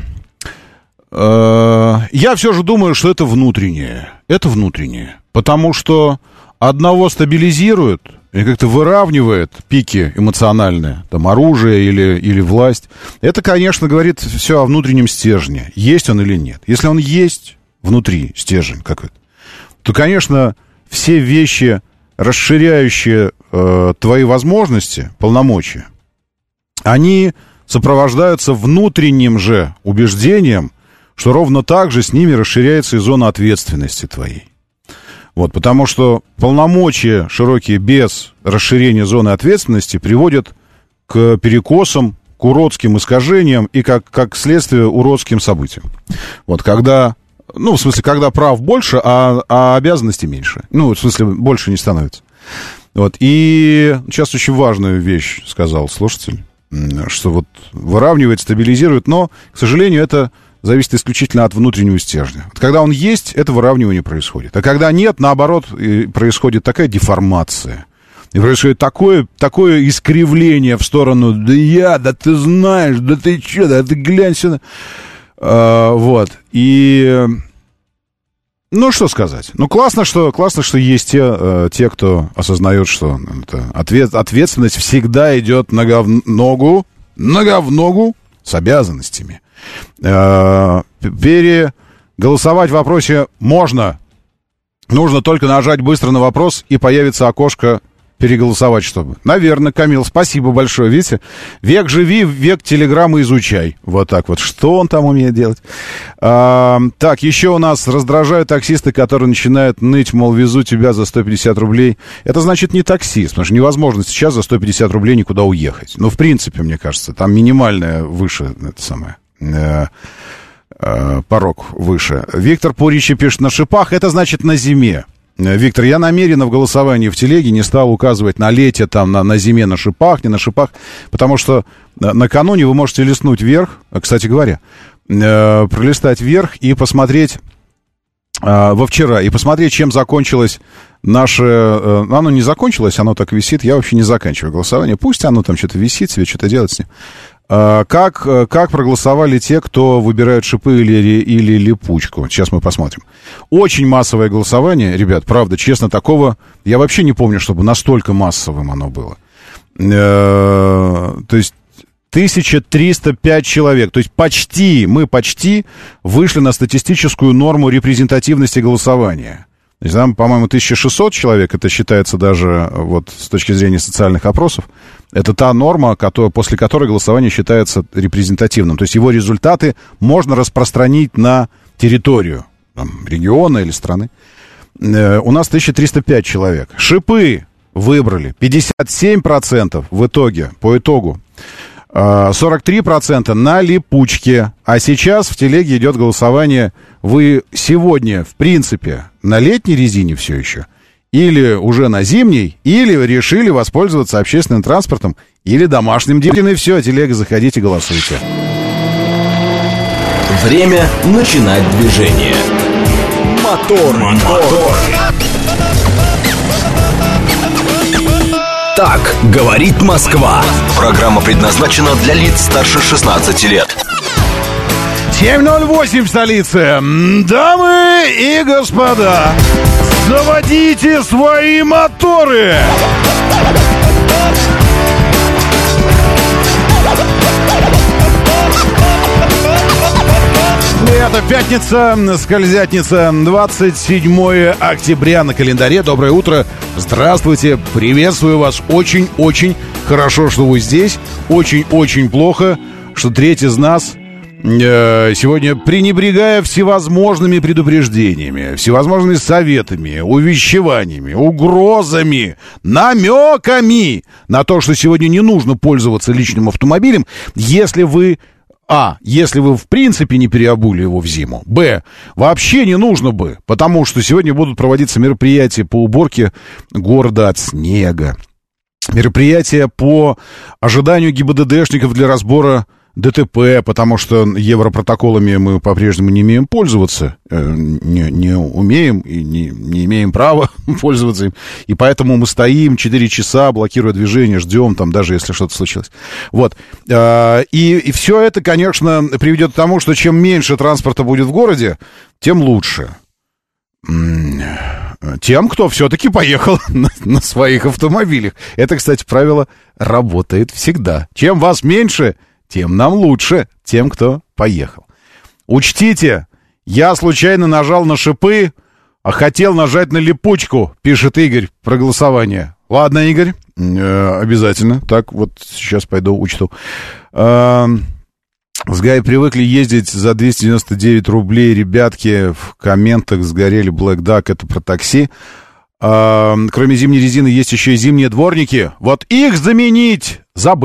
я все же думаю, что это внутреннее. Это внутреннее. Потому что одного стабилизирует и как-то выравнивает пики эмоциональные, там, оружие или власть. Это, конечно, говорит все о внутреннем стержне. Есть он или нет. Если он есть внутри, стержень какой-то, то, конечно, все вещи, расширяющие твои возможности, полномочия, они сопровождаются внутренним же убеждением, что ровно так же с ними расширяется и зона ответственности твоей. Вот, потому что полномочия широкие без расширения зоны ответственности приводят к перекосам, к уродским искажениям и как следствие уродским событиям. Вот когда, ну, в смысле, когда прав больше, а обязанностей меньше. Ну, в смысле, больше не становится. Вот, и сейчас очень важную вещь сказал слушатель, что вот выравнивает, стабилизирует, но, к сожалению, это зависит исключительно от внутреннего стержня. Вот когда он есть, это выравнивание происходит. А когда нет, наоборот, происходит такая деформация. И происходит такое искривление в сторону да ты знаешь, да ты че, да ты глянь сюда. Вот. И... Ну, что сказать? Ну, классно, что есть те, кто осознает, что ответственность всегда идет нога в ногу с обязанностями. Переголосовать в вопросе можно. Нужно только нажать быстро на вопрос, и появится окошко переголосовать, чтобы. Наверное, Камил, спасибо большое. Видите, век живи, век телеграммы изучай. Вот так вот. Что он там умеет делать? Так, еще у нас раздражают таксисты, которые начинают ныть, мол, везу тебя за 150 рублей. Это значит не таксист, потому что невозможно сейчас за 150 рублей никуда уехать. Ну, в принципе, мне кажется, там минимальная выше, это самое... порог выше. Виктор Пуричи пишет: на шипах, это значит на зиме. Виктор, я намеренно в голосовании в телеге не стал указывать на лете, там, на зиме, на шипах, не на шипах, потому что накануне вы можете листнуть вверх, кстати говоря, пролистать вверх и посмотреть во вчера, и посмотреть, чем закончилось наше... Оно не закончилось, оно так висит, я вообще не заканчиваю голосование, пусть оно там что-то висит, себе что-то делать с ним. Как проголосовали те, кто выбирают шипы или липучку? Сейчас мы посмотрим. Очень массовое голосование, ребят, правда, честно, такого я вообще не помню, чтобы настолько массовым оно было. То есть 1305 человек, то есть мы почти вышли на статистическую норму репрезентативности голосования. То есть там, по-моему, 1600 человек, это считается даже вот с точки зрения социальных опросов, это та норма, после которой голосование считается репрезентативным. То есть его результаты можно распространить на территорию там, региона или страны. У нас 1305 человек. Шипы выбрали 57% в итоге, по итогу. 43% на липучке. А сейчас в телеге идет голосование. Вы сегодня, в принципе, на летней резине все еще, или уже на зимней, или решили воспользоваться общественным транспортом, или домашним делом. И все, телега, заходите, голосуйте. Время начинать движение. Мотор. Так говорит Москва. Программа предназначена для лиц старше 16 лет. 7:08 в столице. Дамы и господа, заводите свои моторы. Это пятница, скользятница, 27 октября на календаре. Доброе утро, здравствуйте, приветствую вас. Очень-очень хорошо, что вы здесь. Очень-очень плохо, что треть из нас сегодня, пренебрегая всевозможными предупреждениями, всевозможными советами, увещеваниями, угрозами, намеками на то, что сегодня не нужно пользоваться личным автомобилем, если вы в принципе не переобули его в зиму. Вообще не нужно бы, потому что сегодня будут проводиться мероприятия по уборке города от снега. Мероприятия по ожиданию ГИБДДшников для разбора ДТП, потому что европротоколами мы по-прежнему не умеем пользоваться, не умеем и не имеем права пользоваться им, и поэтому мы стоим 4 часа, блокируя движение, ждем там, даже если что-то случилось. Вот. И все это, конечно, приведет к тому, что чем меньше транспорта будет в городе, тем лучше. Тем, кто все-таки поехал на своих автомобилях. Это, кстати, правило работает всегда. Чем вас меньше, тем нам лучше, тем, кто поехал. Учтите, я случайно нажал на шипы, а хотел нажать на липучку, пишет Игорь про голосование. Ладно, Игорь, обязательно. Так, вот сейчас пойду учту. С Гай привыкли ездить за 299 рублей. Ребятки в комментах сгорели. Black Duck, это про такси. Кроме зимней резины есть еще и зимние дворники. Вот их заменить забыл,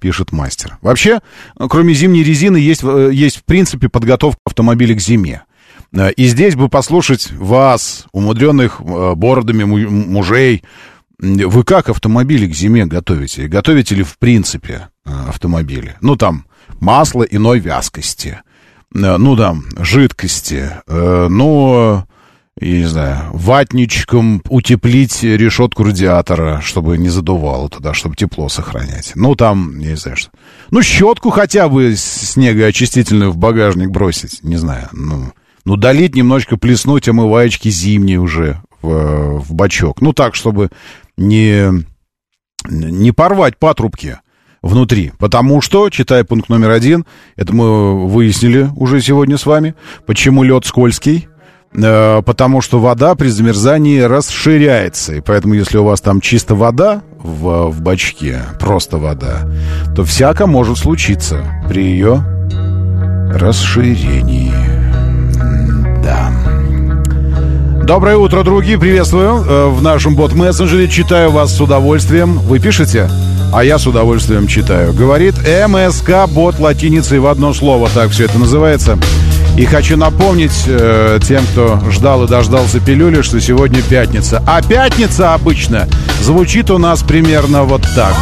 пишет мастер. Вообще, кроме зимней резины, есть в принципе подготовка автомобиля к зиме. И здесь бы послушать вас, умудренных бородами мужей, вы как автомобили к зиме готовите? Готовите ли в принципе автомобили? Ну, там, масло иной вязкости, ну, там, жидкости, ну, я не знаю, ватничком утеплить решетку радиатора, чтобы не задувало туда, чтобы тепло сохранять. Ну, там, я не знаю, что. Ну, щетку хотя бы снегоочистительную в багажник бросить, не знаю, ну, долить немножечко, плеснуть омываечки зимние уже в бачок. Ну, так, чтобы не порвать патрубки внутри. Потому что, читая пункт номер 1, это мы выяснили уже сегодня с вами, почему лед скользкий. Потому что вода при замерзании расширяется. И поэтому, если у вас там чисто вода в бачке, просто вода, то всяко может случиться при ее расширении. Да. Доброе утро, други, приветствую. В нашем бот-мессенджере читаю вас с удовольствием. Вы пишете? А я с удовольствием читаю. Говорит МСК, бот латиницей в одно слово. Так все это называется. И хочу напомнить тем, кто ждал и дождался пилюли, что сегодня пятница. А пятница обычно звучит у нас примерно вот так.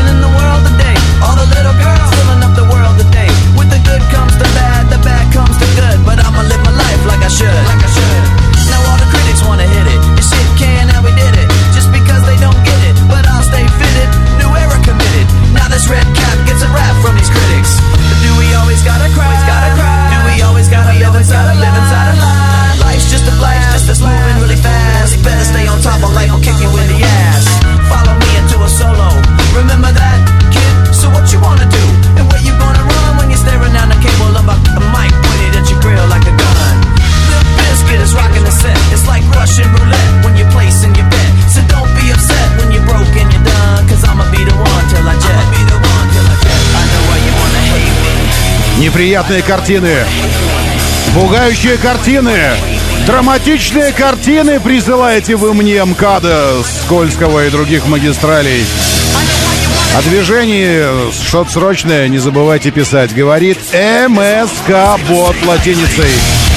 Неприятные картины, пугающие картины, драматичные картины присылаете вы мне, МКАДа, Скользкого и других магистралей. О движении что-то срочное не забывайте писать. Говорит МСК, бот латиницей.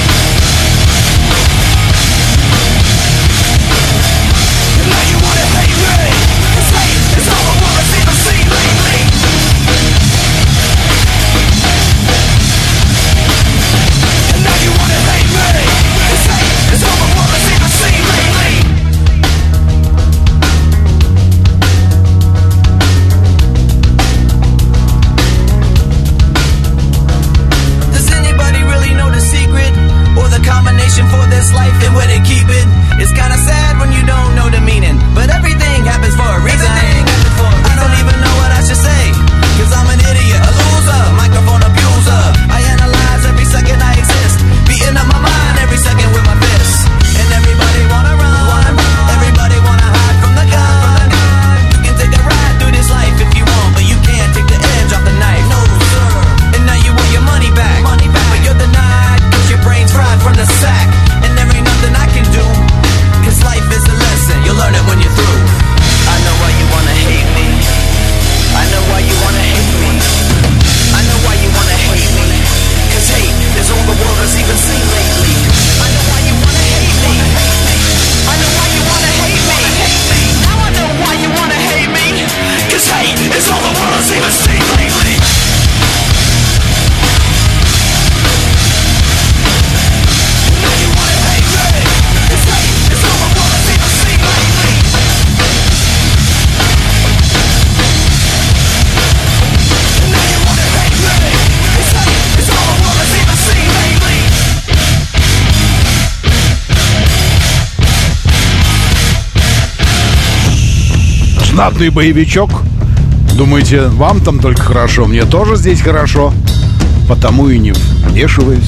Знатный боевичок. Думаете, вам там только хорошо? Мне тоже здесь хорошо. Потому и не вмешиваюсь.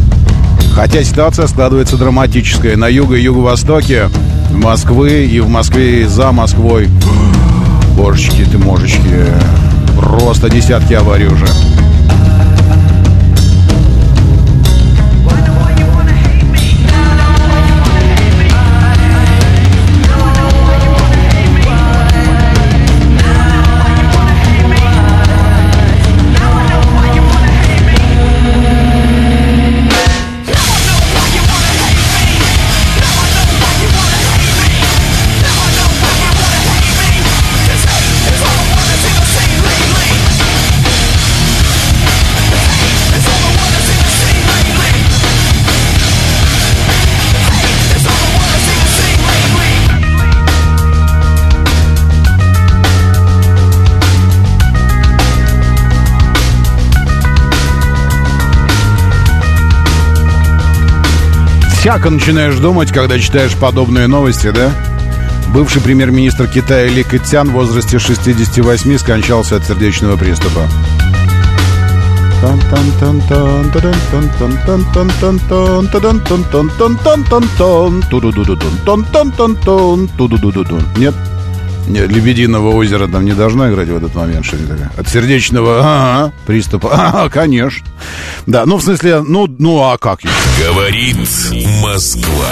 Хотя ситуация складывается драматическая. На юго и юго-востоке Москвы и в Москве и за Москвой. Божечки ты, можечки. Просто десятки аварий уже. всяко начинаешь думать, когда читаешь подобные новости, да? Бывший премьер-министр Китая Ли Кэцян в возрасте 68 скончался от сердечного приступа. Нет? Лебединого озера там не должна играть в этот момент, что ли, такая? От сердечного приступа. Конечно. Да, ну, в смысле, ну, а как еще? Говорит Москва.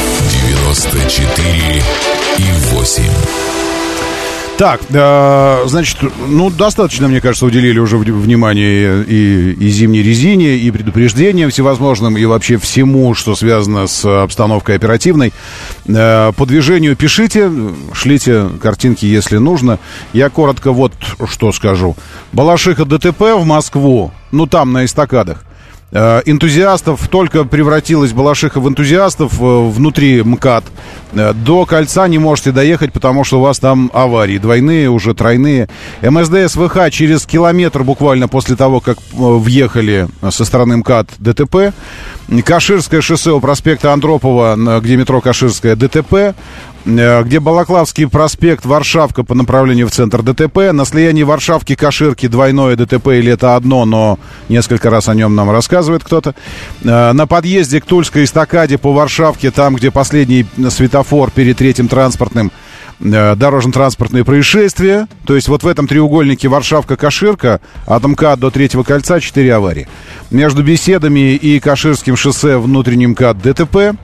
94,8. Так, значит, ну, достаточно, мне кажется, уделили уже внимание и зимней резине, и предупреждениям всевозможным, и вообще всему, что связано с обстановкой оперативной. По движению пишите, шлите картинки, если нужно. Я коротко вот что скажу. Балашиха ДТП в Москву, ну, там, на эстакадах. Энтузиастов, только превратилась Балашиха в энтузиастов внутри МКАД. До кольца не можете доехать, потому что у вас там аварии. Двойные, уже тройные. МСД СВХ через километр буквально после того, как въехали со стороны МКАД ДТП. Каширское шоссе у проспекта Андропова, где метро Каширское, ДТП. Где Балаклавский проспект, Варшавка по направлению в центр ДТП. На слиянии Варшавки, Каширки двойное ДТП, или это одно, но несколько раз о нем нам рассказывает кто-то. На подъезде к Тульской эстакаде по Варшавке, там, где последний светофор перед третьим транспортным, дорожно-транспортные происшествия. То есть вот в этом треугольнике Варшавка-Каширка от МКАД до Третьего кольца 4 аварии. Между Беседами и Каширским шоссе внутренний МКАД ДТП.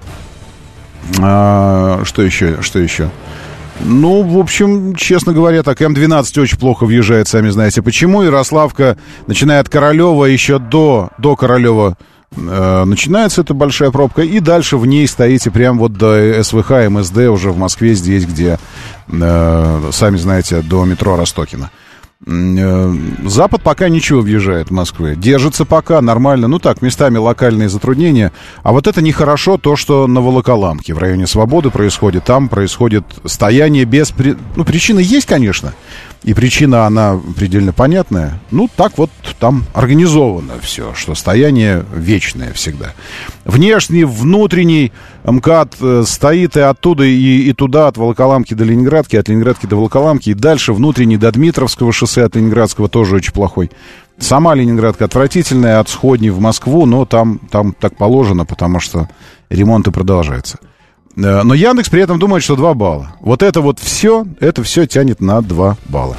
Что еще? Ну, в общем, честно говоря, так, М12 очень плохо въезжает, сами знаете почему. Ярославка, начиная от Королева, еще до Королева начинается эта большая пробка. И дальше в ней стоите прям вот до СВХ, МСД уже в Москве, здесь, где, сами знаете, до метро Ростокино. Запад пока ничего въезжает в Москве. Держится пока нормально. Ну так, местами локальные затруднения. А вот это нехорошо, то, что на Волоколамке в районе Свободы происходит. Там происходит стояние без... Ну, причина есть, конечно. И причина, она предельно понятная. Ну, так вот там организовано все, что стояние вечное всегда. Внешний, внутренний МКАД стоит и оттуда, и туда, от Волоколамки до Ленинградки, от Ленинградки до Волоколамки, и дальше внутренний до Дмитровского шоссе, от Ленинградского тоже очень плохой. Сама Ленинградка отвратительная, от Сходней в Москву, но там так положено, потому что ремонты продолжаются. Но Яндекс при этом думает, что 2 балла. Вот это все тянет на 2 балла.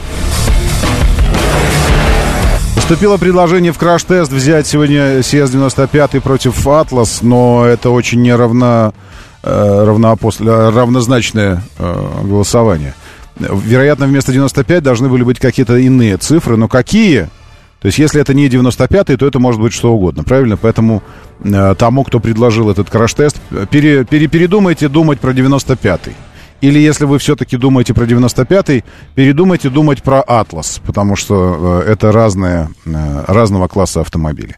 Поступило предложение в краш-тест взять сегодня CS-95 против Atlas, но это очень равнозначное голосование. Вероятно, вместо 95 должны были быть какие-то иные цифры, но какие? То есть, если это не 95-й, то это может быть что угодно, правильно? Поэтому тому, кто предложил этот краш-тест, передумайте думать про 95-й. Или, если вы все-таки думаете про 95-й, передумайте думать про Атлас, потому что это разного класса автомобили.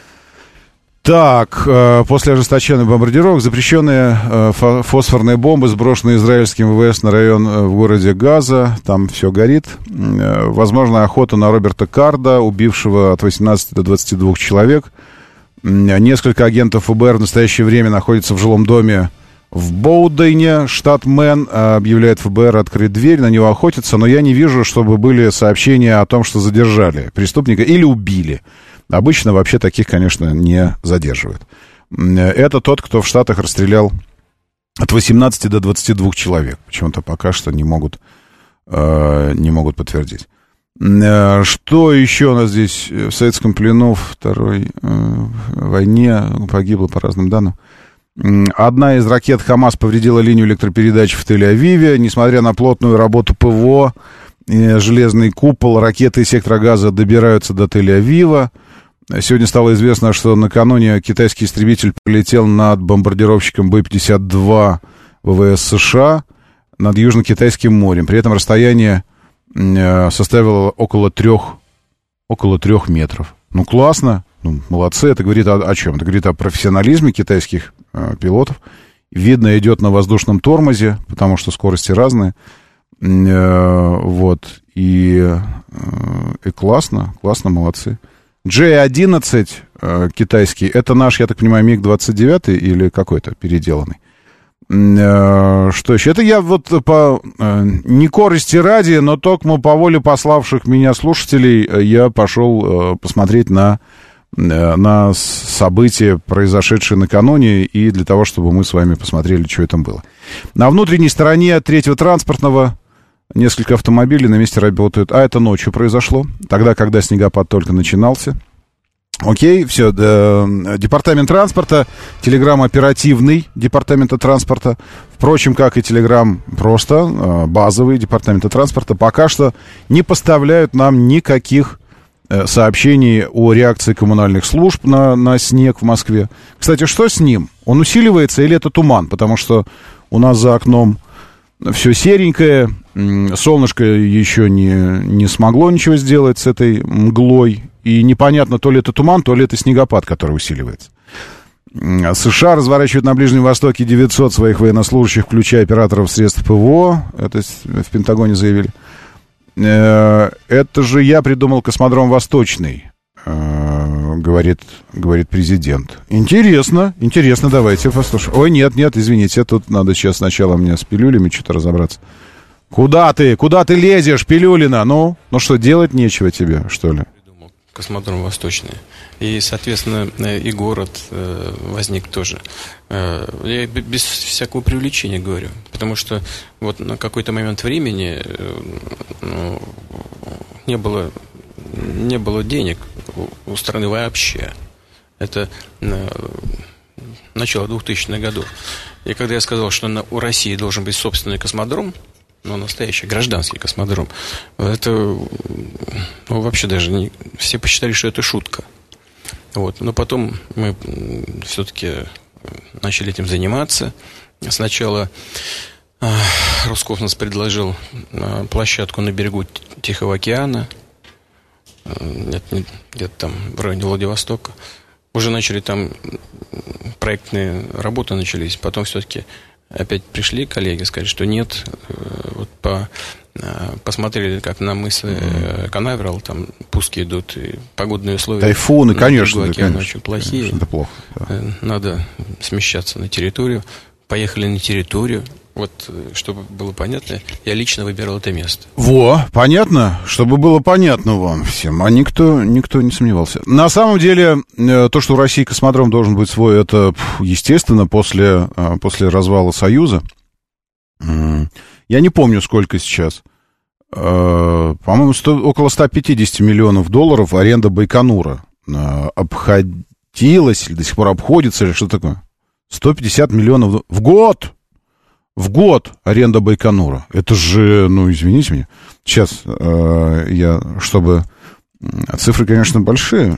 Так, после ожесточенных бомбардировок запрещенные фосфорные бомбы, сброшенные израильским ВВС на район в городе Газа. Там все горит. Возможно, охота на Роберта Карда, убившего от 18 до 22 человек. Несколько агентов ФБР в настоящее время находятся в жилом доме в Боудене. Штат Мэн, объявляет ФБР, открыть дверь, на него охотятся. Но я не вижу, чтобы были сообщения о том, что задержали преступника или убили. Обычно вообще таких, конечно, не задерживают. Это тот, кто в Штатах расстрелял от 18 до 22 человек. Почему-то пока что не могут подтвердить. Что еще у нас здесь в советском плену, Второй войне погибло по разным данным? Одна из ракет ХАМАС повредила линию электропередач в Тель-Авиве. Несмотря на плотную работу ПВО, железный купол, ракеты из сектора Газа добираются до Тель-Авива. Сегодня стало известно, что накануне китайский истребитель пролетел над бомбардировщиком Б-52 ВВС США над Южно-Китайским морем. При этом расстояние составило около 3 метров. Ну, классно, ну, молодцы. Это говорит о чем? Это говорит о профессионализме китайских пилотов. Видно, идет на воздушном тормозе, потому что скорости разные. Вот. И классно, молодцы. J-11 китайский, это наш, я так понимаю, МиГ-29 или какой-то переделанный. Что еще? Это я вот по не корости ради, но только по воле пославших меня слушателей я пошел посмотреть на события, произошедшие накануне, и для того, чтобы мы с вами посмотрели, что там было. На внутренней стороне третьего транспортного несколько автомобилей на месте работают. А это ночью произошло, тогда, когда снегопад только начинался. Окей, все, департамент транспорта, телеграм оперативный департамента транспорта, впрочем, как и телеграм просто, базовый департамента транспорта, пока что не поставляют нам никаких сообщений о реакции коммунальных служб на снег в Москве. Кстати, что с ним? Он усиливается или это туман? Потому что у нас за окном все серенькое, солнышко еще не смогло ничего сделать с этой мглой, и непонятно, то ли это туман, то ли это снегопад, который усиливается. США разворачивают на Ближнем Востоке 900 своих военнослужащих, включая операторов средств ПВО, это в Пентагоне заявили. Это же я придумал космодром Восточный, говорит президент. Интересно, давайте послушаем. Ой, нет, извините, тут надо сейчас сначала мне с пилюлями что-то разобраться. Куда ты лезешь, пилюлина? Ну что, делать нечего тебе, что ли? Космодром Восточный. И, соответственно, и город возник тоже. Я без всякого привлечения говорю. Потому что вот на какой-то момент времени не было денег у страны вообще. Это начало 2000-х годов. И когда я сказал, что у России должен быть собственный космодром, настоящий гражданский космодром, это вообще даже все посчитали, что это шутка. Вот. Но потом мы все-таки начали этим заниматься. Сначала Роскосмос предложил площадку на берегу Тихого океана, где-то там в районе Владивостока. Уже начали там проектные работы начались. Потом все-таки опять пришли коллеги, сказали, что нет. Вот посмотрели, как на мысе Канаверал, там пуски идут, и погодные условия. Тайфуны, конечно, очень плохие. Это плохо. Да. Надо смещаться на территорию. Поехали на территорию. Вот, чтобы было понятно, я лично выбирал это место. Понятно, чтобы было понятно вам всем, а никто не сомневался. На самом деле, то, что у России космодром должен быть свой, это, естественно, после развала Союза. Я не помню, сколько сейчас. По-моему, около 150 миллионов долларов аренда Байконура обходилась, или до сих пор обходится, или что такое? 150 миллионов в год! В год аренда Байконура. Это же, извините меня. Сейчас чтобы... Цифры, конечно, большие.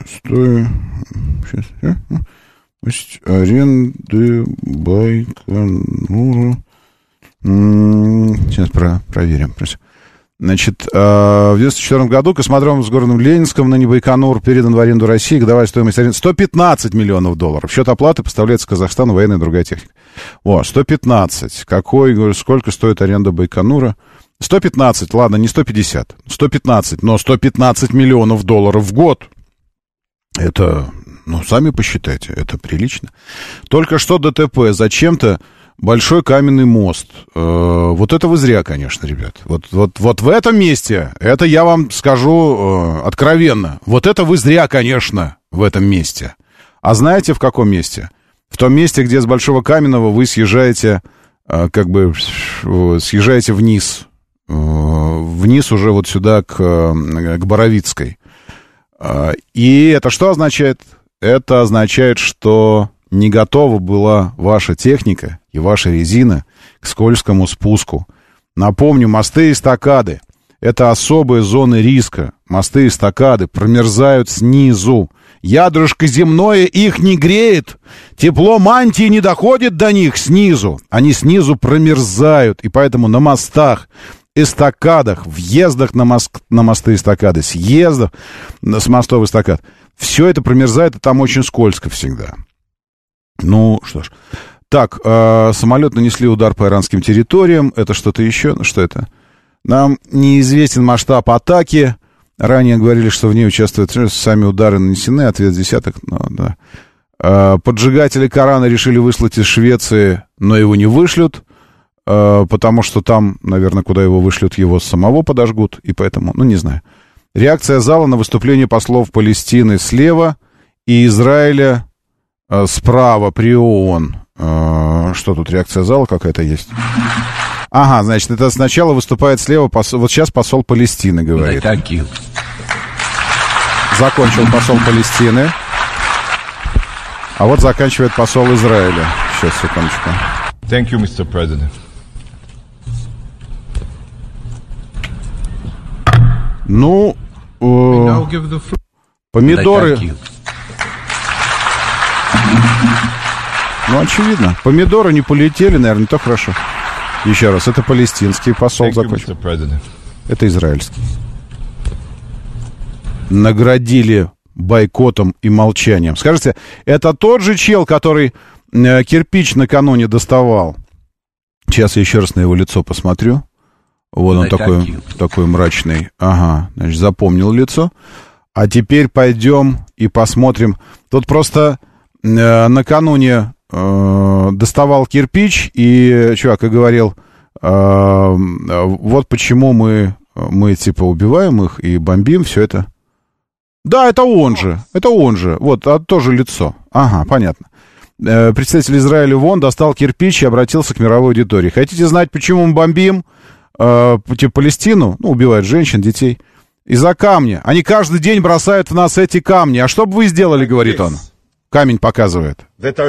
Сейчас, аренды Байконура. Сейчас проверим. Значит, в 1994 году космодром с городом Ленинском, ныне Байконур, передан в аренду России. Годовая стоимость аренды 115 миллионов долларов. В счет оплаты поставляется Казахстану военная и другая техника. 115. Сколько стоит аренда Байконура? 115, ладно, не 150. 115, но 115 миллионов долларов в год. Это, сами посчитайте, это прилично. Только что ДТП. Зачем-то большой каменный мост. Вот это вы зря, конечно, ребят. Вот в этом месте, это я вам скажу откровенно, вот это вы зря, конечно, в этом месте. А знаете, в каком месте? В том месте, где с Большого Каменного вы съезжаете, съезжаете вниз. Вниз уже вот сюда, к Боровицкой. И это что означает? Это означает, что не готова была ваша техника и ваша резина к скользкому спуску. Напомню, мосты и эстакады — это особые зоны риска. Мосты и эстакады промерзают снизу. Ядрышко земное их не греет. Тепло мантии не доходит до них снизу. Они снизу промерзают. И поэтому на мостах, эстакадах, въездах на мосты и эстакады, съездах с мостов и эстакад, все это промерзает, и там очень скользко всегда. Что ж. Так, самолет нанесли удар по иранским территориям. Это что-то еще? Что это? Нам неизвестен масштаб атаки. Ранее говорили, что в ней участвуют сами удары нанесены, ответ десяток, но да. Поджигатели Корана решили выслать из Швеции, но его не вышлют, потому что там, наверное, куда его вышлют, его самого подожгут, и поэтому, не знаю. Реакция зала на выступление послов Палестины слева и Израиля справа при ООН. Что тут, реакция зала какая-то есть? Ага, значит, это сначала выступает слева, вот сейчас посол Палестины говорит. Закончил посол Палестины. А вот заканчивает посол Израиля. Сейчас, секундочку. Thank you, Mr. President. Помидоры... очевидно. Помидоры не полетели, наверное, не то хорошо. Еще раз, это палестинский посол закончил. Это израильский. Наградили бойкотом и молчанием. Скажите, это тот же чел, который кирпич накануне доставал? Сейчас я еще раз на его лицо посмотрю. Вот он такой мрачный. Ага, значит, запомнил лицо. А теперь пойдем и посмотрим. Тут просто накануне доставал кирпич, и чувак и говорил, вот почему мы типа убиваем их и бомбим все это. Да, это он же. Вот, тоже лицо. Ага, понятно. Представитель Израиля в ООН достал кирпич и обратился к мировой аудитории. Хотите знать, почему мы бомбим Палестину? Убивают женщин, детей. Из-за камня. Они каждый день бросают в нас эти камни. А что бы вы сделали, говорит он? Камень показывает.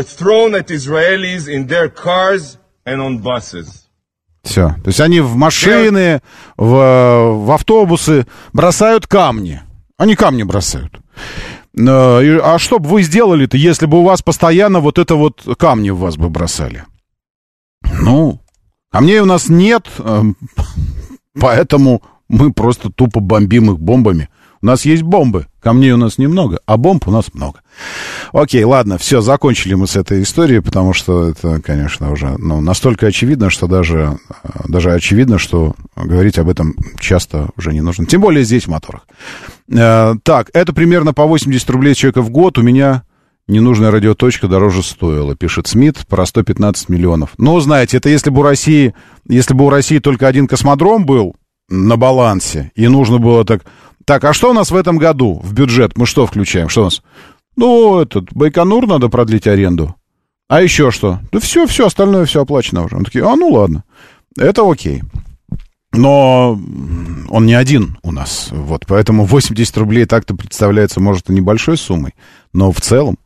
Все. То есть они в машины, в автобусы бросают камни. Они камни бросают. А что бы вы сделали-то, если бы у вас постоянно вот это вот камни в вас бы бросали? Камней у нас нет, поэтому мы просто тупо бомбим их бомбами. У нас есть бомбы, камней у нас немного, а бомб у нас много. Окей, ладно, все, закончили мы с этой историей, потому что это, конечно, уже настолько очевидно, что даже очевидно, что говорить об этом часто уже не нужно. Тем более здесь в моторах. Так, это примерно по 80 рублей человека в год. У меня ненужная радиоточка дороже стоила, пишет Смит, про 115 миллионов. Знаете, это если бы у России только один космодром был на балансе, и нужно было так... Так, а что у нас в этом году в бюджет? Мы что включаем? Что у нас? Байконур надо продлить аренду. А еще что? Да все, остальное все оплачено уже. Мы такие, ладно, это окей. Но он не один у нас. Вот, поэтому 80 рублей так-то представляется, может, и небольшой суммой. Но в целом.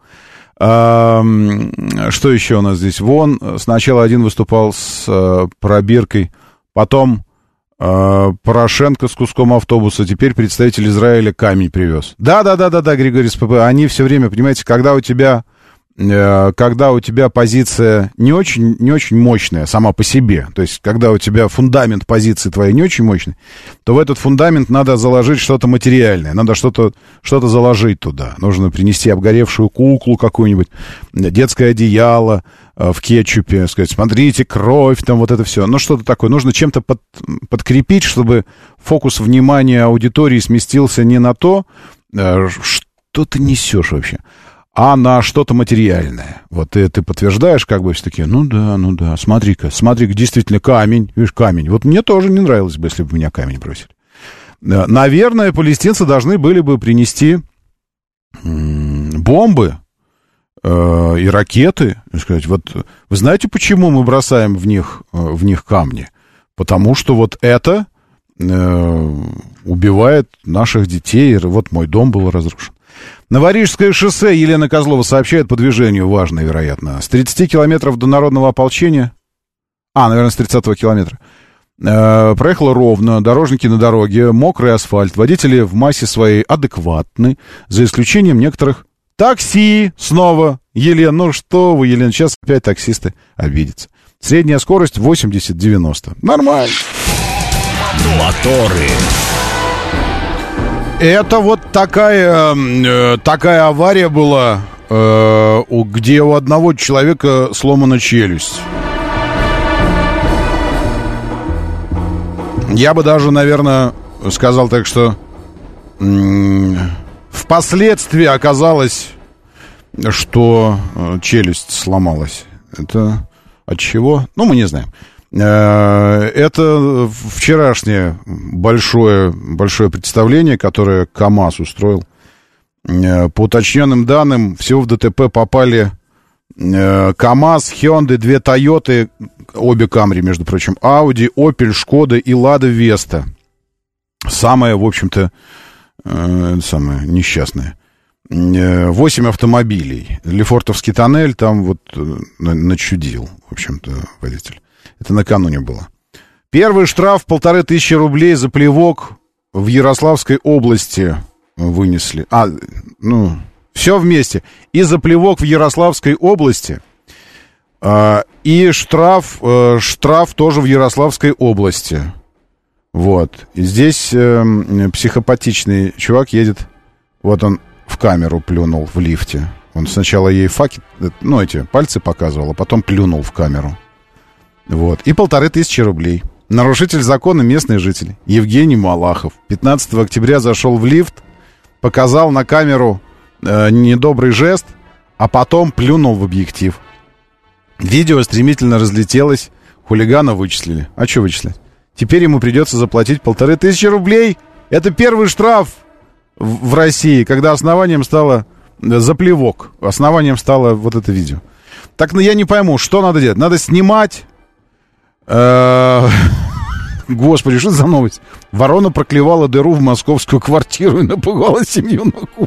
Что еще у нас здесь? Сначала один выступал с пробиркой, потом... Порошенко с куском автобуса, теперь представитель Израиля камень привез. Да, Григорий СПП, они все время, понимаете, когда у тебя позиция не очень мощная сама по себе, то есть когда у тебя фундамент позиции твоей не очень мощный, то в этот фундамент надо заложить что-то материальное, надо что-то заложить туда. Нужно принести обгоревшую куклу какую-нибудь, детское одеяло в кетчупе, сказать, смотрите, кровь, там вот это все. Что-то такое. Нужно чем-то подкрепить, чтобы фокус внимания аудитории сместился не на то, что ты несешь вообще, а на что-то материальное. Вот ты подтверждаешь, как бы все такие, ну да, смотри-ка, действительно камень, видишь, камень. Вот мне тоже не нравилось бы, если бы меня камень бросили. Наверное, палестинцы должны были бы принести бомбы и ракеты, и сказать, вот вы знаете, почему мы бросаем в них камни? Потому что вот это убивает наших детей, вот мой дом был разрушен. Новорижское шоссе, Елена Козлова сообщает, по движению важно, вероятно. С 30 километров до народного ополчения, наверное, с 30-го километра, проехало ровно, дорожники на дороге, мокрый асфальт, водители в массе своей адекватны, за исключением некоторых такси снова. Елена, что вы, Елена, сейчас опять таксисты обидятся. Средняя скорость 80-90. Нормально. Моторы. Это вот такая авария была, где у одного человека сломана челюсть. Я бы даже, наверное, сказал так, что Впоследствии оказалось, что челюсть сломалась. Это от чего? Ну, мы не знаем. Это вчерашнее большое представление, которое КамАЗ устроил. По уточненным данным, всего в ДТП попали КамАЗ, Hyundai, 2 Тойоты, обе Камри, между прочим, Audi, Opel, Шкода и Лада Веста. Самое, в общем-то, самое несчастное. 8 автомобилей. Лефортовский тоннель там вот начудил, в общем-то, водитель. Это накануне было. Первый штраф 1500 рублей за плевок в Ярославской области вынесли. Все вместе. И за плевок в Ярославской области, и штраф тоже в Ярославской области. Вот. И здесь психопатичный чувак едет. Вот он в камеру плюнул в лифте. Он сначала ей эти пальцы показывал, а потом плюнул в камеру. Вот. И 1500 рублей. Нарушитель закона местный житель Евгений Малахов. 15 октября зашел в лифт, показал на камеру недобрый жест, а потом плюнул в объектив. Видео стремительно разлетелось, хулигана вычислили. А что вычислять? Теперь ему придется заплатить 1500 рублей. Это первый штраф в России, когда основанием стало за плевок. Основанием стало вот это видео. Так, я не пойму, что надо делать? Надо снимать... Господи, что за новость? Ворона проклевала дыру в московскую квартиру и напугала семью на кухне.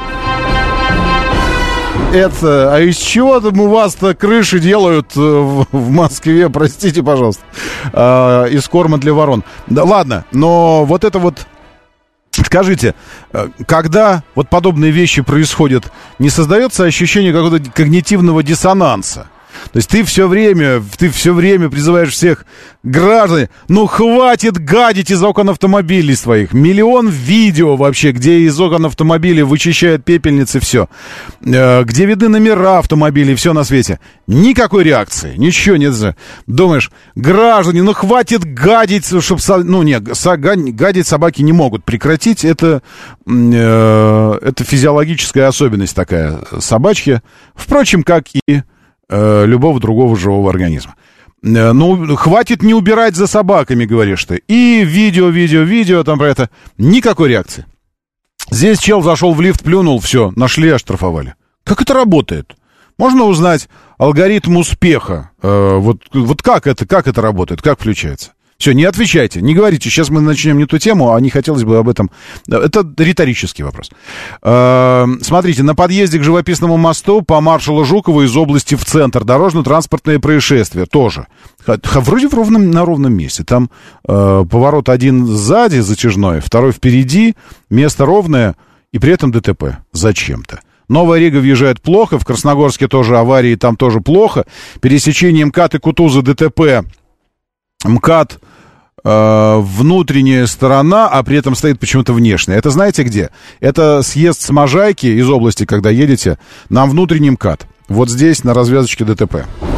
А из чего там у вас-то крыши делают в Москве, простите, пожалуйста, из корма для ворон? Да ладно, но вот это вот... Скажите, когда вот подобные вещи происходят, не создается ощущение какого-то когнитивного диссонанса? То есть ты все время призываешь всех граждан, хватит гадить из окон автомобилей своих. Миллион видео вообще, где из окон автомобилей вычищают пепельницы, все. Где видны номера автомобилей, все на свете. Никакой реакции, ничего нет. Думаешь, граждане, хватит гадить, чтобы... гадить собаки не могут прекратить. Это физиологическая особенность такая собачья. Впрочем, как и... любого другого живого организма. Хватит не убирать за собаками, говоришь ты. И видео, там про это. Никакой реакции. Здесь чел зашел в лифт, плюнул, все, нашли, оштрафовали. Как это работает? Можно узнать алгоритм успеха? Вот как это работает, как включается? Все, не отвечайте, не говорите. Сейчас мы начнем не ту тему, а не хотелось бы об этом... Это риторический вопрос. Смотрите, на подъезде к живописному мосту по маршалу Жукова из области в центр дорожно-транспортное происшествие тоже. Вроде на ровном месте. Там поворот один сзади затяжной, второй впереди, место ровное, и при этом ДТП. Зачем-то. Новая Рига въезжает плохо, в Красногорске тоже аварии, там тоже плохо. Пересечение МКАД и Кутузы ДТП. МКАД внутренняя сторона, а при этом стоит почему-то внешняя. Это знаете где? Это съезд с Можайки из области, когда едете, на внутренний МКАД. Вот здесь, на развязочке ДТП.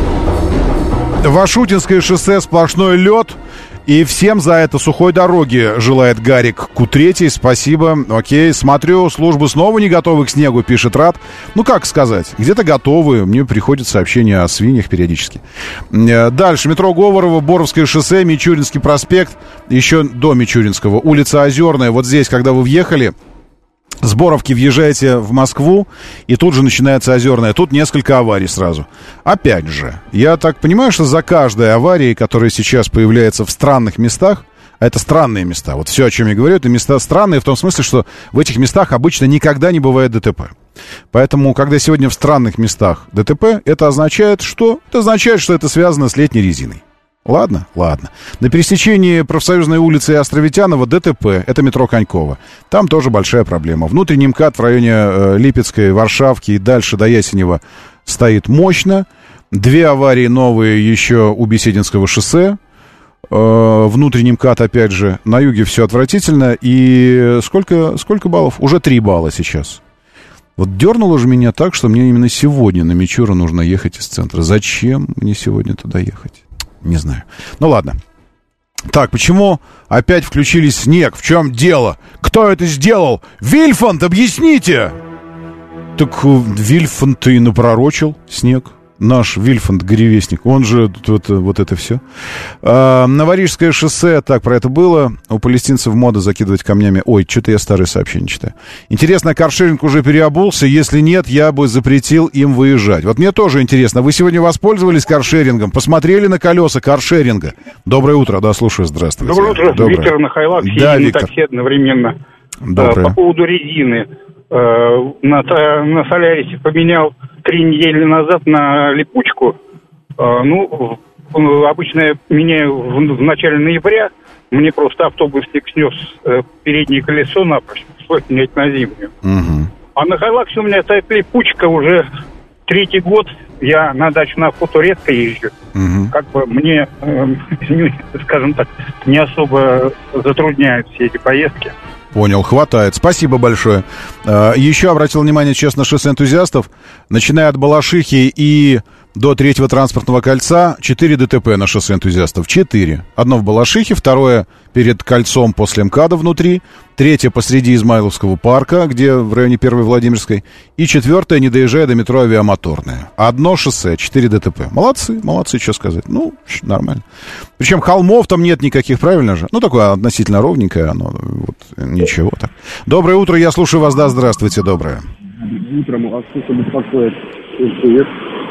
Вашутинское шоссе сплошной лед. И всем за это сухой дороги желает Гарик Q3. Спасибо. Окей. Смотрю, службы снова не готовы к снегу, пишет Рад. Как сказать? Где-то готовы. Мне приходят сообщения о свиньях периодически. Дальше. Метро Говорово, Боровское шоссе, Мичуринский проспект. Еще до Мичуринского. Улица Озерная. Вот здесь, когда вы въехали, с Боровки въезжаете в Москву, и тут же начинается Озерная. Тут несколько аварий сразу. Опять же, я так понимаю, что за каждой аварией, которая сейчас появляется в странных местах, а это странные места, вот все, о чем я говорю, это места странные, в том смысле, что в этих местах обычно никогда не бывает ДТП. Поэтому, когда сегодня в странных местах ДТП, это означает, что? Это означает, что это связано с летней резиной. Ладно. На пересечении Профсоюзной улицы и Островитянова ДТП, это метро Конькова. Там тоже большая проблема. Внутренний МКАД в районе Липецкой, Варшавки и дальше до Ясенева стоит мощно. 2 аварии новые еще у Бесединского шоссе. Внутренний МКАД, опять же, на юге все отвратительно. И сколько баллов? Уже 3 балла сейчас. Вот дернуло же меня так, что мне именно сегодня на Мичуру нужно ехать из центра. Зачем мне сегодня туда ехать? Не знаю. Ладно. Так, почему опять включили снег? В чем дело? Кто это сделал? Вильфанд, объясните! Так Вильфанд и напророчил снег. Наш Вильфанд-горевестник, он же вот это все. Новорижское шоссе, так, про это было. У палестинцев мода закидывать камнями. Ой, что-то я старые сообщения читаю. Интересно, каршеринг уже переобулся? Если нет, я бы запретил им выезжать. Вот мне тоже интересно, вы сегодня воспользовались каршерингом? Посмотрели на колеса каршеринга? Доброе утро, да, слушаю, здравствуйте. Доброе утро, Доброе. Виктор Нахайлак, да, и Виктор. такси одновременно. Доброе. По поводу резины. На Солярисе поменял 3 недели назад на липучку. Обычно я меняю в начале ноября. Мне просто автобусник снес переднее колесо напрочь. Пришлось менять на зимнюю. Угу. А на Хайлаксе у меня стоит липучка уже 3-й год. Я на дачу на охоту редко езжу. Угу. Как бы мне, скажем так, не особо затрудняют все эти поездки. Понял, хватает. Спасибо большое. Еще обратил внимание, честно, шоссе энтузиастов. Начиная от Балашихи и до 3-го транспортного кольца 4 ДТП на шоссе энтузиастов. 4. Одно в Балашихе, второе перед кольцом после МКАДа внутри, 3-е посреди Измайловского парка, где в районе 1-й Владимирской, и 4-е, не доезжая до метро Авиамоторное. Одно шоссе, 4 ДТП. Молодцы, что сказать. Ну, нормально. Причем холмов там нет никаких, правильно же? Ну, такое относительно ровненькое оно, вот, ничего так. Доброе утро, я слушаю вас, да, здравствуйте, доброе. Утром вас слушаю, беспокоит. Привет.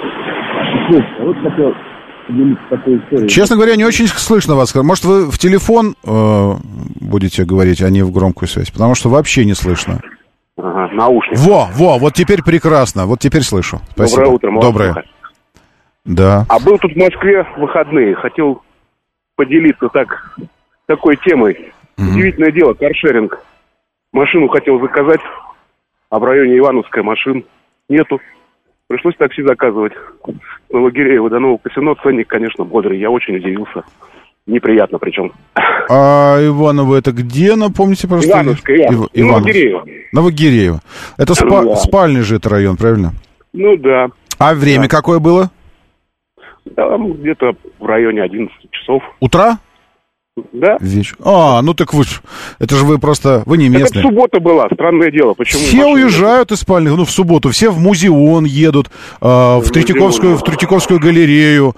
Вот хотел поделиться такой историей. Честно говоря, не очень слышно вас. Может, вы в телефон будете говорить, а не в громкую связь? Потому что вообще не слышно. Ага, наушники. Вот теперь прекрасно. Вот теперь слышу. Спасибо. Доброе утро, Доброе. Да. А был тут в Москве в выходные. Хотел поделиться такой темой. Удивительное дело, каршеринг. Машину хотел заказать, а в районе Ивановской машин нету. Пришлось такси заказывать. Новогиреево до Нового Косино. Ценник, конечно, бодрый. Я очень удивился. Неприятно причем. А Иваново это где, напомните, пожалуйста? Ивановская. Новогиреево. Новогиреево. Это спальный же это район, правильно? Ну да. А время какое было? Там где-то в районе 11 часов. Утра? Да. Вечер. Ну так вы, это же вы не местные. Это суббота была, странное дело. Почему все уезжают из спальных, в субботу, все в музеон едут, в Третьяковскую галерею,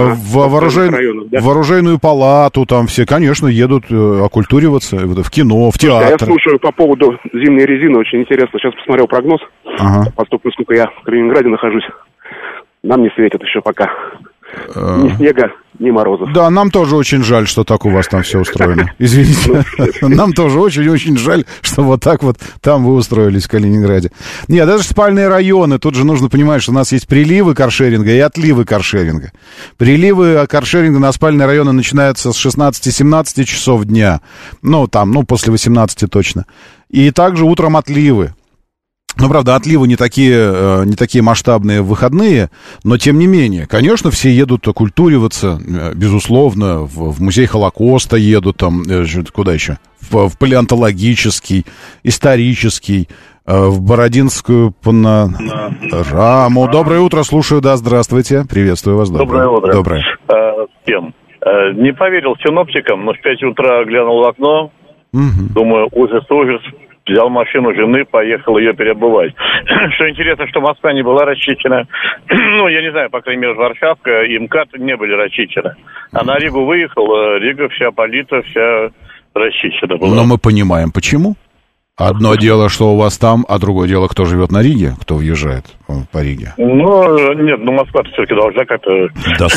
в оружейную палату, там все, конечно, едут окультуриваться, в кино, в театр. Я слушаю по поводу зимней резины, очень интересно. Сейчас посмотрел прогноз, поскольку я в Калининграде нахожусь. Нам не светит еще пока. Ни снега, ни морозов. Да, нам тоже очень жаль, что так у вас там все устроено. Извините. Нам тоже очень-очень жаль, что вот так вот там вы устроились в Калининграде. Нет, даже спальные районы. Тут же нужно понимать, что у нас есть приливы каршеринга и отливы каршеринга. Приливы каршеринга на спальные районы начинаются с 16-17 часов дня. После 18 точно. И также утром отливы. Правда, отливы не такие масштабные в выходные, но тем не менее, конечно, все едут окультуриваться, безусловно, в музей Холокоста едут, там, куда еще? В палеонтологический, исторический, в Бородинскую панораму. Доброе утро, слушаю, да, здравствуйте, приветствую вас. Доброе утро. Доброе. Всем. Не поверил синоптикам, но в 5 утра глянул в окно, думаю, ужас. Взял машину жены, поехал ее переобувать. Что интересно, что Москва не была расчищена. Я не знаю, по крайней мере, Варшавка и МКАД не были расчищены. А на Ригу выехал, Рига вся полита, вся расчищена была. Но мы понимаем, почему. Одно дело, что у вас там, а другое дело, кто живет на Риге, кто въезжает по Риге. Нет, Москва-то все-таки должна как-то...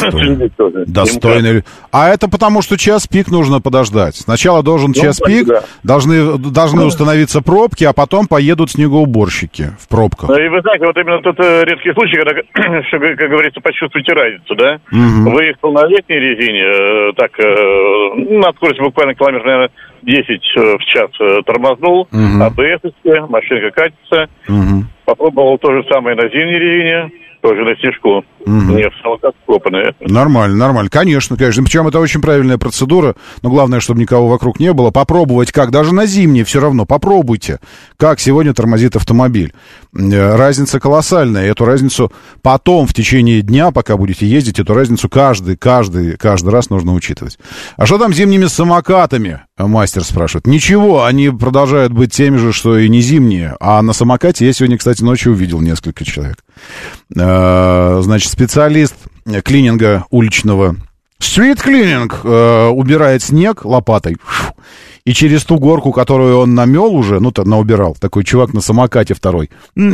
Достойно. А это потому, что час пик нужно подождать. Сначала должен час пик, да. должны установиться пробки, а потом поедут снегоуборщики в пробках. И вы знаете, вот именно тот редкий случай, когда, как говорится, почувствуете разницу, да? Выехал на летней резине, на скорости буквально километр, наверное, 10 в час тормознул, АБС, машинка катится. Попробовал то же самое на зимней резине. тоже на снежку. Не в самокат вкопанные. Нормально, конечно. Причем это очень правильная процедура, но главное, чтобы никого вокруг не было. Попробовать как, даже на зимние все равно, попробуйте, как сегодня тормозит автомобиль. Разница колоссальная, эту разницу потом, в течение дня, пока будете ездить, эту разницу каждый раз нужно учитывать. А что там с зимними самокатами, мастер спрашивает? Ничего, они продолжают быть теми же, что и не зимние. А на самокате я сегодня, кстати, ночью увидел несколько человек. Значит, специалист клининга уличного, стрит-клининг, убирает снег лопатой, и через ту горку, которую он намел уже, наубирал, такой чувак на самокате второй,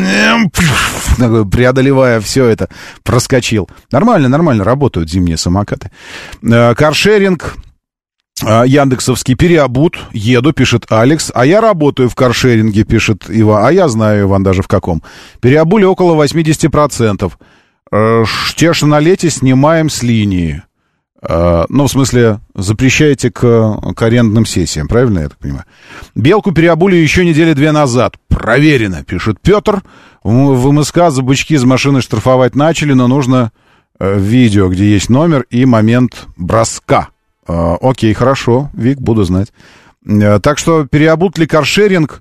преодолевая все это, проскочил. Нормально работают зимние самокаты. Каршеринг яндексовский, переобут, еду, пишет Алекс, а я работаю в каршеринге, пишет Иван, а я знаю, Иван, даже в каком. Переобули около 80%. Те, что на лете, снимаем с линии. В смысле, запрещаете к арендным сессиям, правильно я так понимаю? Белку переобули еще недели 2 назад. Проверено, пишет Петр. В МСК за бычки из машины штрафовать начали, но нужно видео, где есть номер и момент броска. Окей, хорошо, Вик, буду знать. Так что переобут ли каршеринг?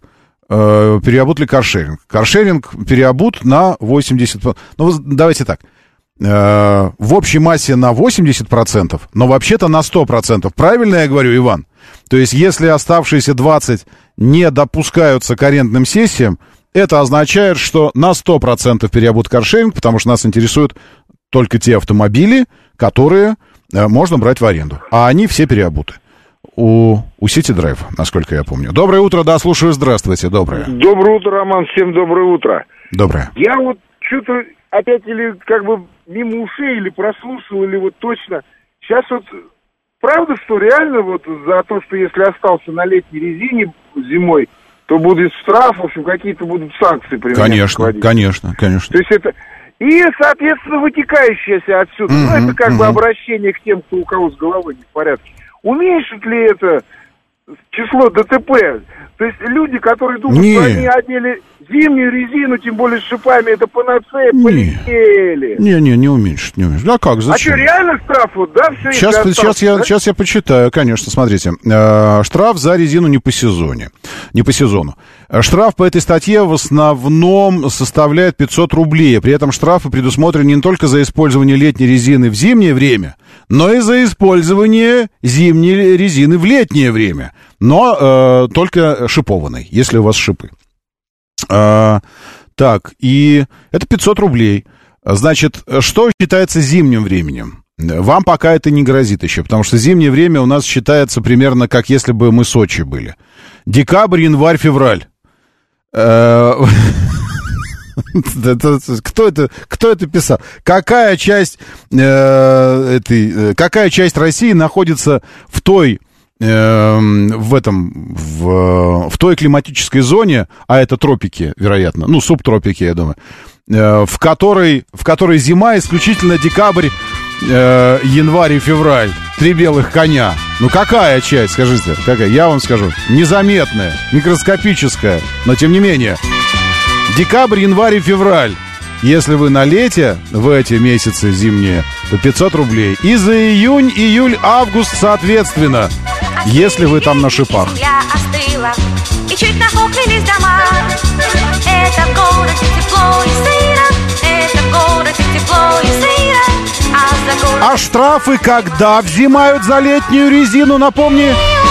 Каршеринг переобут на 80%. Давайте так. В общей массе на 80%, но вообще-то на 100%. Правильно я говорю, Иван? То есть, если оставшиеся 20% не допускаются к арендным сессиям, это означает, что на 100% переобут каршеринг, потому что нас интересуют только те автомобили, которые можно брать в аренду. А они все переобуты. У City Drive, насколько я помню. Доброе утро, да, слушаю, здравствуйте, доброе. Доброе утро, Роман, всем доброе утро. Доброе. Я вот что-то опять или как бы мимо ушей, или прослушал, или вот точно. Сейчас вот правда, что реально вот за то, что если остался на летней резине зимой, то будет штраф, в общем, какие-то будут санкции применяться. Конечно. То есть это... И, соответственно, вытекающее отсюда, это как бы обращение к тем, у кого с головой не в порядке. Уменьшит ли это число ДТП? То есть люди, которые думают, что они одели зимнюю резину, тем более с шипами, это панацея, полетели. Не уменьшит. Да как, зачем? А что, реально штраф? Вот, да, все сейчас я почитаю, конечно, смотрите. Штраф за резину не по сезону. Штраф по этой статье в основном составляет 500 рублей. При этом штрафы предусмотрены не только за использование летней резины в зимнее время, но и за использование зимней резины в летнее время. Но только шипованной, если у вас шипы. Так, и это 500 рублей. Значит, что считается зимним временем? Вам пока это не грозит еще, потому что зимнее время у нас считается примерно как если бы мы Сочи были. Декабрь, январь, февраль. Кто это писал? Какая часть России находится в той климатической зоне, а это тропики, вероятно, субтропики, я думаю, в которой зима исключительно декабрь, январь и февраль. 3 белых коня. Какая часть, скажите? Какая? Я вам скажу. Незаметная, микроскопическая, но тем не менее. Декабрь, январь и февраль. Если вы на лете, в эти месяцы зимние, то 500 рублей. И за июнь, июль, август, соответственно, если вы там на шипах. Земля остыла, и чуть нахохлились дома. Это в городе тепло и сыро, это в городе тепло и сыро, а за городом... А штрафы когда взимают за летнюю резину, напомни?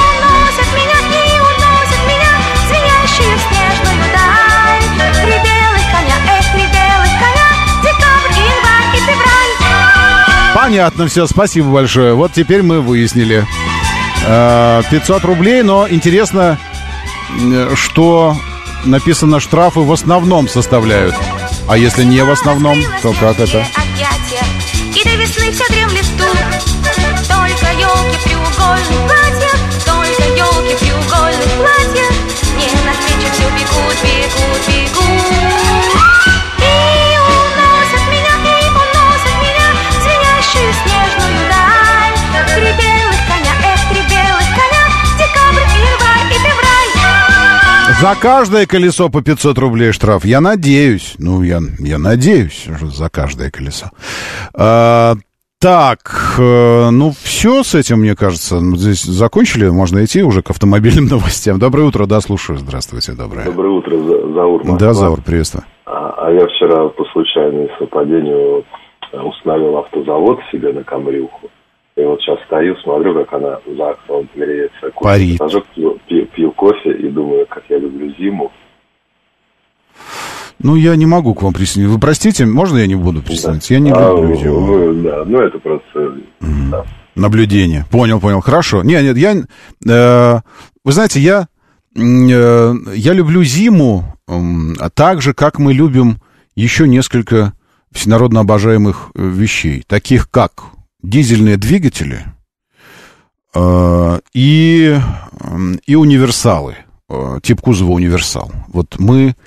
Понятно, все, спасибо большое. Вот теперь мы выяснили. 500 рублей, но интересно, что написано, штрафы в основном составляют. А если не в основном, то как это? И до весны все дремлет тут. Только елки в треугольных платьях, только елки в треугольных платьях. Не навстречу все бегут. И уносят меня, звенящую снежную даль. 3 белых коня, 3 белых коня, декабрь, январь и февраль. За каждое колесо по 500 рублей штраф. Я надеюсь. Ну, я надеюсь, что за каждое колесо. Так, ну, все с этим, мне кажется. Здесь закончили. Можно идти уже к автомобильным новостям. Доброе утро, да, слушаю. Здравствуйте, доброе. Доброе утро, Заур. Москва. Да, Заур, приветствую. А я вчера по случайному совпадению установил автозавод себе на Камрюху. И вот сейчас стою, смотрю, как она за окном греется. Парит. Сажу, пью кофе и думаю, как я люблю зиму. Ну, я не могу к вам присоединиться. Вы простите, можно я не буду присоединяться? Я не люблю зиму. Ну, это просто... Да. Наблюдение. Понял. Хорошо. Нет, вы знаете, я люблю зиму так же, как мы любим еще несколько всенародно обожаемых вещей, таких как дизельные двигатели и универсалы, тип кузова универсал. Вот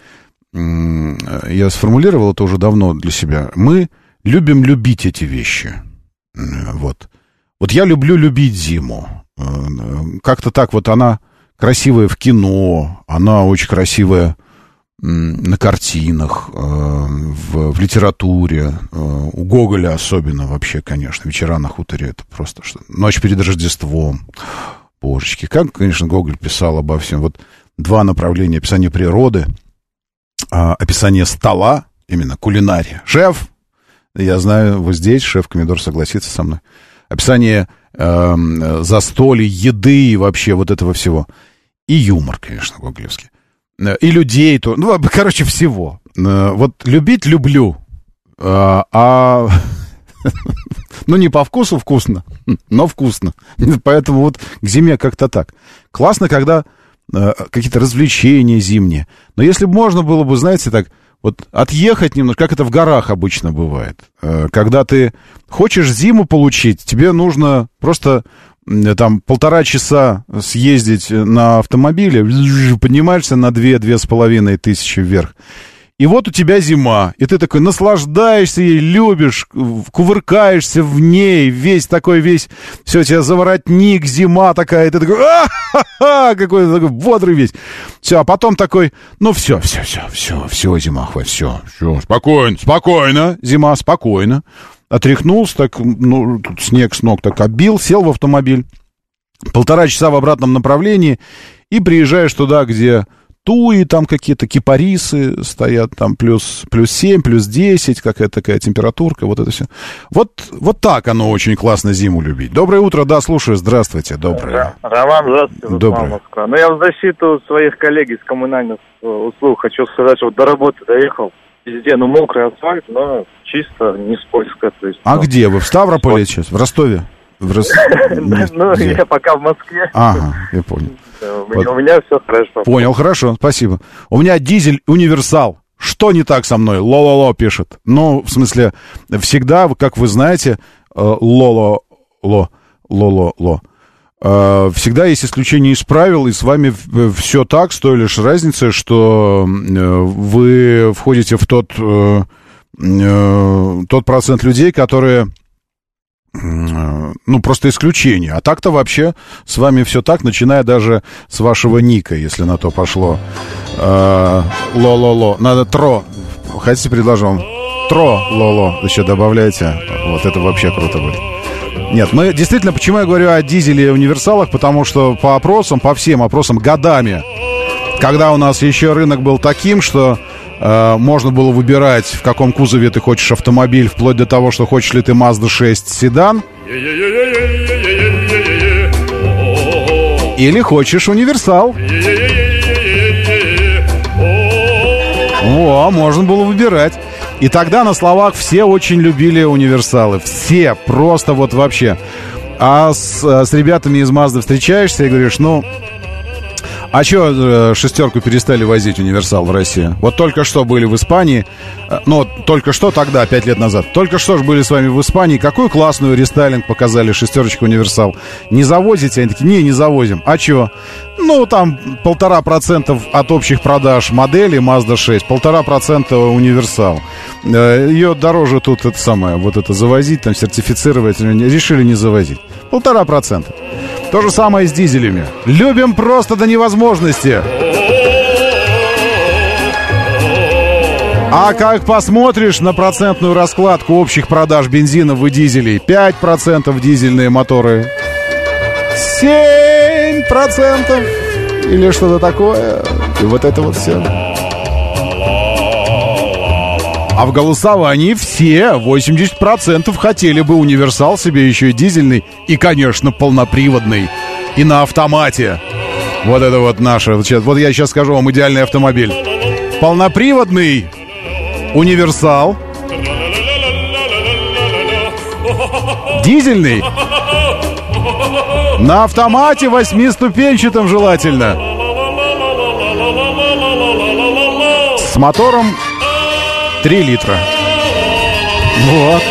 я сформулировал это уже давно для себя, мы любим любить эти вещи. Вот я люблю любить зиму. Как-то так вот она красивая в кино, она очень красивая на картинах, в литературе, у Гоголя особенно вообще, конечно, «Вечера на хуторе» — это просто что. «Ночь перед Рождеством», божечки, как, конечно, Гоголь писал обо всем. Вот два направления: описание природы, описание стола, именно кулинария. Шеф, я знаю, вы здесь, шеф-коммидор согласится со мной. Описание застолья, еды и вообще вот этого всего. И юмор, конечно, гоголевский. И людей, ну, короче, всего. Вот любить люблю, ну, не по вкусу вкусно, но вкусно. Поэтому вот к зиме как-то так. Классно, когда какие-то развлечения зимние. Но если бы можно было бы, знаете, так вот отъехать немножко, как это в горах обычно бывает. Когда ты хочешь зиму получить, тебе нужно просто там 1,5 часа съездить на автомобиле, поднимаешься на 2-2,5 тысячи вверх. И вот у тебя зима, и ты такой наслаждаешься ей, любишь, кувыркаешься в ней, весь, все, у тебя заворотник, зима такая, и ты такой, какой-то такой бодрый весь. Все, а потом такой, ну все, зима, хватит, все, спокойно, зима, спокойно. Отряхнулся, так, ну, тут снег с ног так оббил, сел в автомобиль, 1,5 часа в обратном направлении, и приезжаешь туда, где туи, там какие-то кипарисы стоят, там плюс 7, плюс 10, какая-то такая температурка, вот это все. Вот так оно очень классно зиму любить. Доброе утро, да, слушаю, здравствуйте, доброе. Роман, здравствуйте, доброе. Москва. Ну, я в защиту своих коллег из коммунальных услуг хочу сказать, что вот до работы доехал, везде, ну, мокрый асфальт, но чисто, не скользко. То есть, где вы, в Ставрополе сейчас, в Ростове? Ну, я пока в Москве. Ага, я понял. У меня все хорошо. Понял, хорошо, спасибо. У меня дизель универсал. Что не так со мной? Ло-ло-ло пишет. Ну, в смысле, всегда, как вы знаете, ло-ло-ло. Всегда есть исключение из правил, и с вами все так, с той лишь разницей, что вы входите в тот процент людей, которые, ну, просто исключение. А так-то вообще с вами все так, начиная даже с вашего ника, если на то пошло. Ло-ло-ло. Надо тро. Хотите, предложу вам? Тро-ло-ло. Еще добавляйте. Вот это вообще круто будет. Нет, мы действительно, почему я говорю о дизеле и универсалах, потому что по опросам, по всем опросам годами, когда у нас еще рынок был таким, что можно было выбирать, в каком кузове ты хочешь автомобиль, вплоть до того, что хочешь ли ты Mazda 6 седан, или хочешь универсал. О, можно было выбирать. И тогда на словах все очень любили универсалы. Все, просто вот вообще. А с ребятами из Mazda встречаешься и говоришь, ну, а что шестерку перестали возить универсал в России? Вот только что были в Испании, ну, только что тогда, 5 лет назад, только что же были с вами в Испании, какую классную рестайлинг показали шестерочку универсал. Не завозите? Они такие, не завозим. А что? Ну, там 1,5% от общих продаж модели Mazda 6, 1,5% универсал. Ее дороже тут это самое, вот это завозить, там сертифицировать, решили не завозить. 1,5%. То же самое с дизелями. Любим просто до невозможности. А как посмотришь на процентную раскладку общих продаж бензиновых и дизелей, 5% дизельные моторы, 7% или что-то такое. И вот это вот все. А в голосовании все, 80% хотели бы универсал себе еще и дизельный, и, конечно, полноприводный, и на автомате. Вот это вот наше. Вот я сейчас скажу вам идеальный автомобиль. Полноприводный универсал, дизельный, на автомате 8-ступенчатом желательно, с мотором 3 литра. Вот.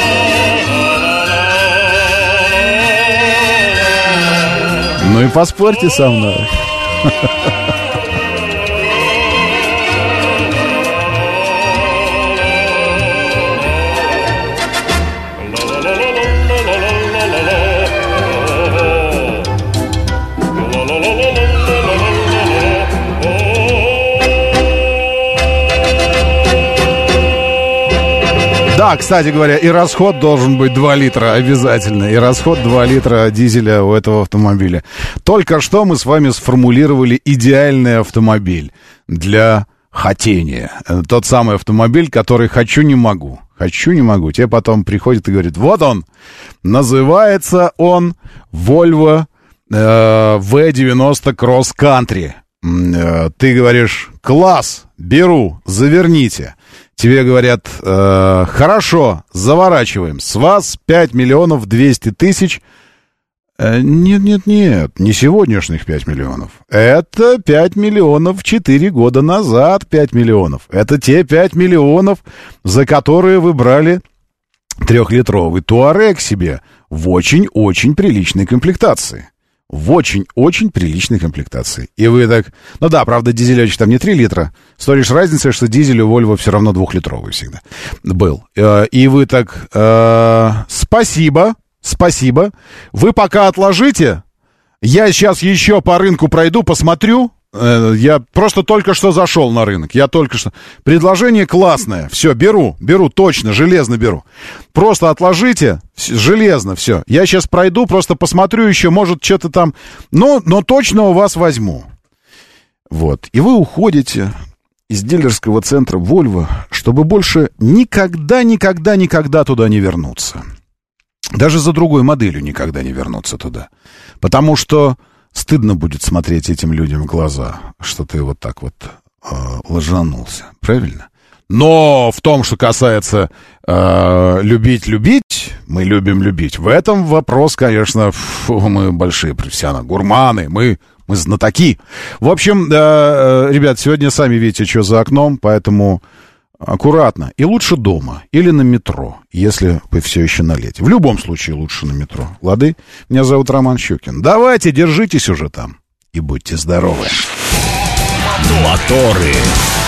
Ну и поспорьте со мной. Да, кстати говоря, и расход должен быть 2 литра обязательно. И расход 2 литра дизеля у этого автомобиля. Только что мы с вами сформулировали идеальный автомобиль для хотения. Тот самый автомобиль, который хочу, не могу. Хочу, не могу. Тебе потом приходит и говорит, вот он. Называется он Volvo V90 Cross Country. Ты говоришь, класс, беру, заверните. Тебе говорят, хорошо, заворачиваем. С вас 5 миллионов 200 тысяч. Нет, не сегодняшних 5 миллионов. Это 5 миллионов 4 года назад 5 миллионов. Это те 5 миллионов, за которые вы брали 3-литровый Туарек себе в очень-очень приличной комплектации. В очень-очень приличной комплектации. И вы так... Ну да, правда, дизелечек там не 3 литра. С той лишь разницей, что дизель у Volvo все равно 2-литровый всегда был. И вы так... Спасибо. Вы пока отложите. Я сейчас еще по рынку пройду, посмотрю. Я просто только что зашел на рынок. Я только что... Предложение классное. Все, беру, точно, железно беру. Просто отложите, железно, все. Я сейчас пройду, просто посмотрю еще, может, что-то там... Но точно у вас возьму. Вот. И вы уходите из дилерского центра Volvo, чтобы больше никогда туда не вернуться. Даже за другой моделью никогда не вернуться туда. Потому что стыдно будет смотреть этим людям в глаза, что ты вот так вот ложанулся. Правильно? Но в том, что касается любить, мы любим любить. В этом вопрос, конечно, мы большие профессионалы, гурманы, мы знатоки. В общем, ребят, сегодня сами видите, что за окном, поэтому... Аккуратно. И лучше дома или на метро, если вы все еще на лете. В любом случае лучше на метро. Лады? Меня зовут Роман Щукин. Давайте, держитесь уже там. И будьте здоровы. Моторы.